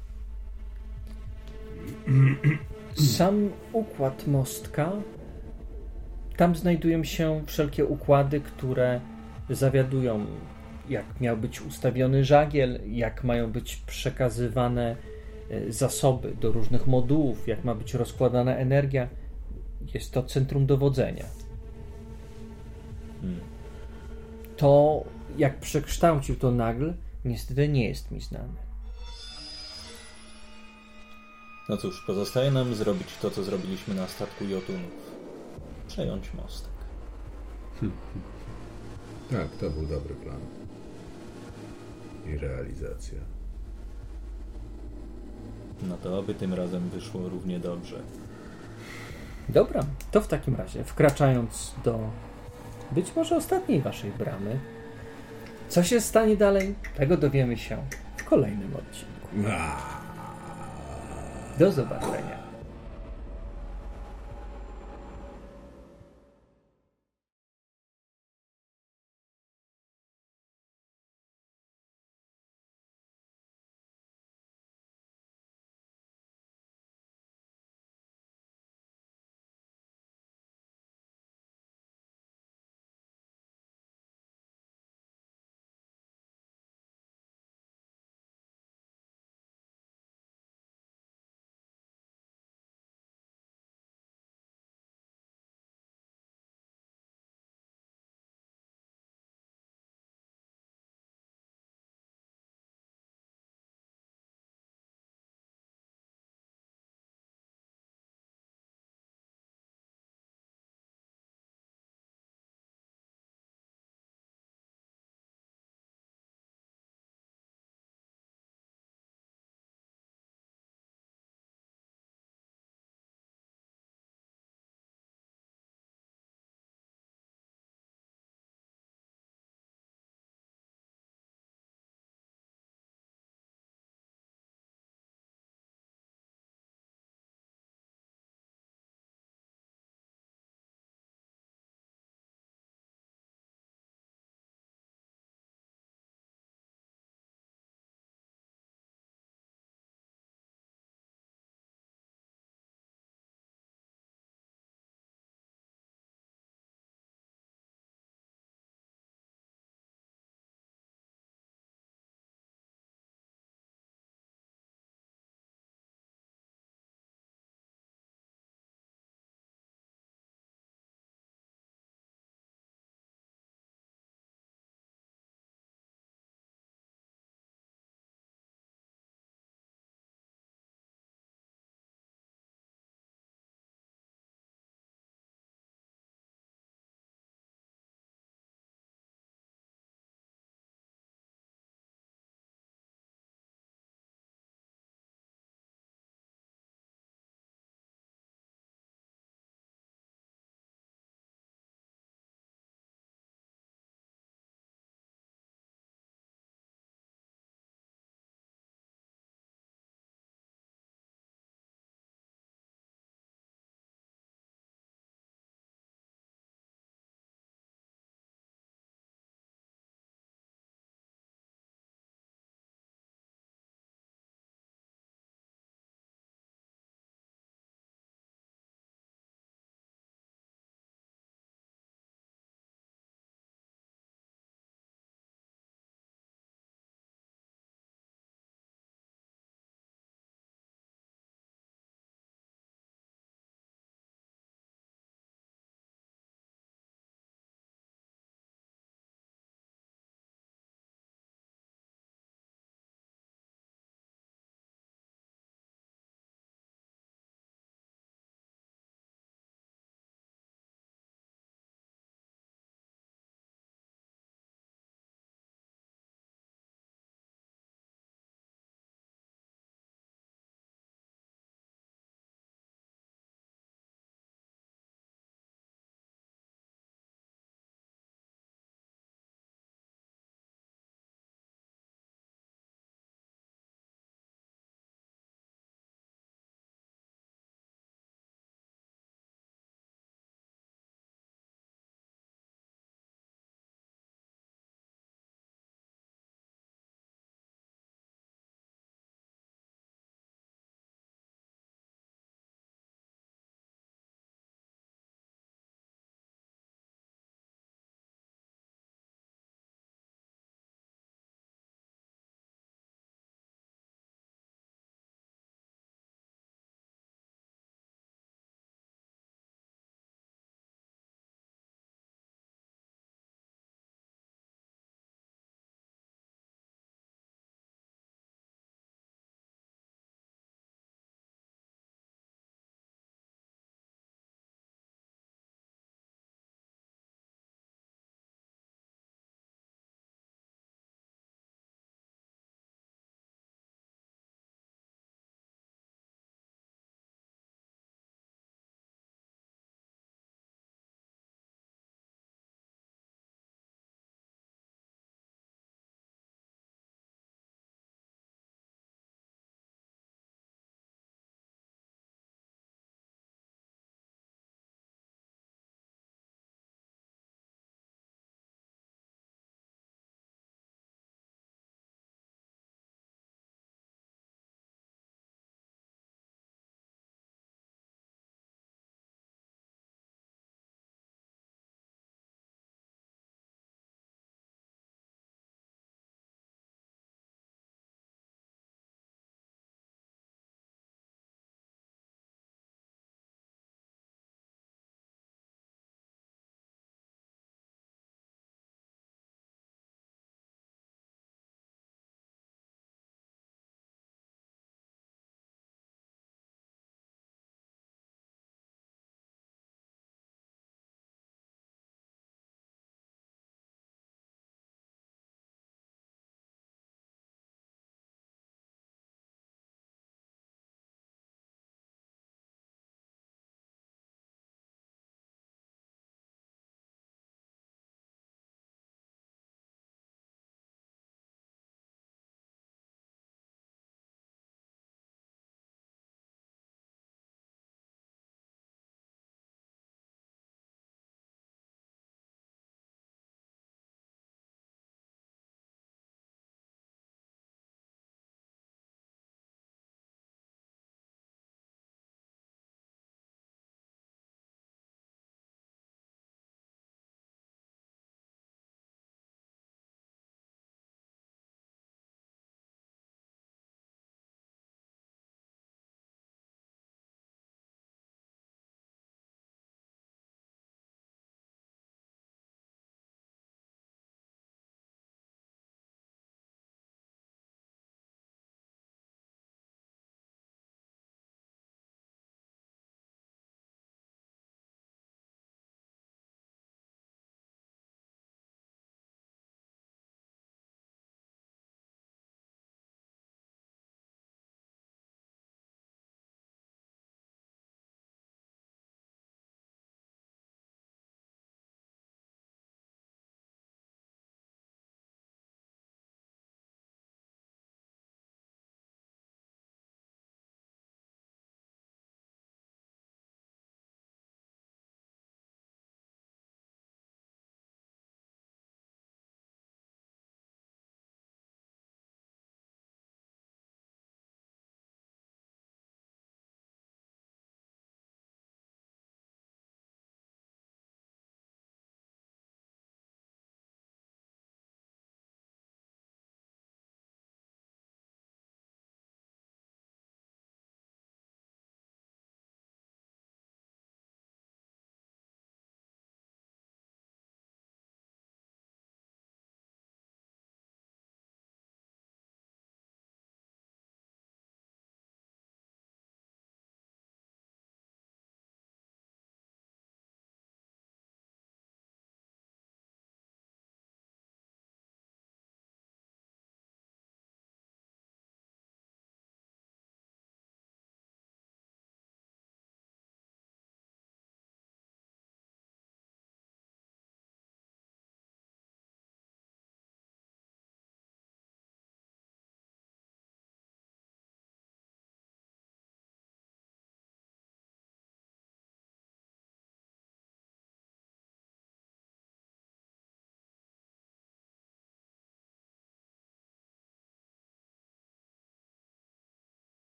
Sam układ mostka, tam znajdują się wszelkie układy, które zawiadują, jak miał być ustawiony żagiel, jak mają być przekazywane zasoby do różnych modułów, jak ma być rozkładana energia. Jest to centrum dowodzenia. To, jak przekształcił to Nagl, niestety nie jest mi znane. No cóż, pozostaje nam zrobić to, co zrobiliśmy na statku Jotunów. Przejąć mostek. Tak, to był dobry plan. I realizacja. No to oby tym razem wyszło równie dobrze. Dobra, to w takim razie, wkraczając do być może ostatniej waszej bramy, co się stanie dalej, tego dowiemy się w kolejnym odcinku. Do zobaczenia.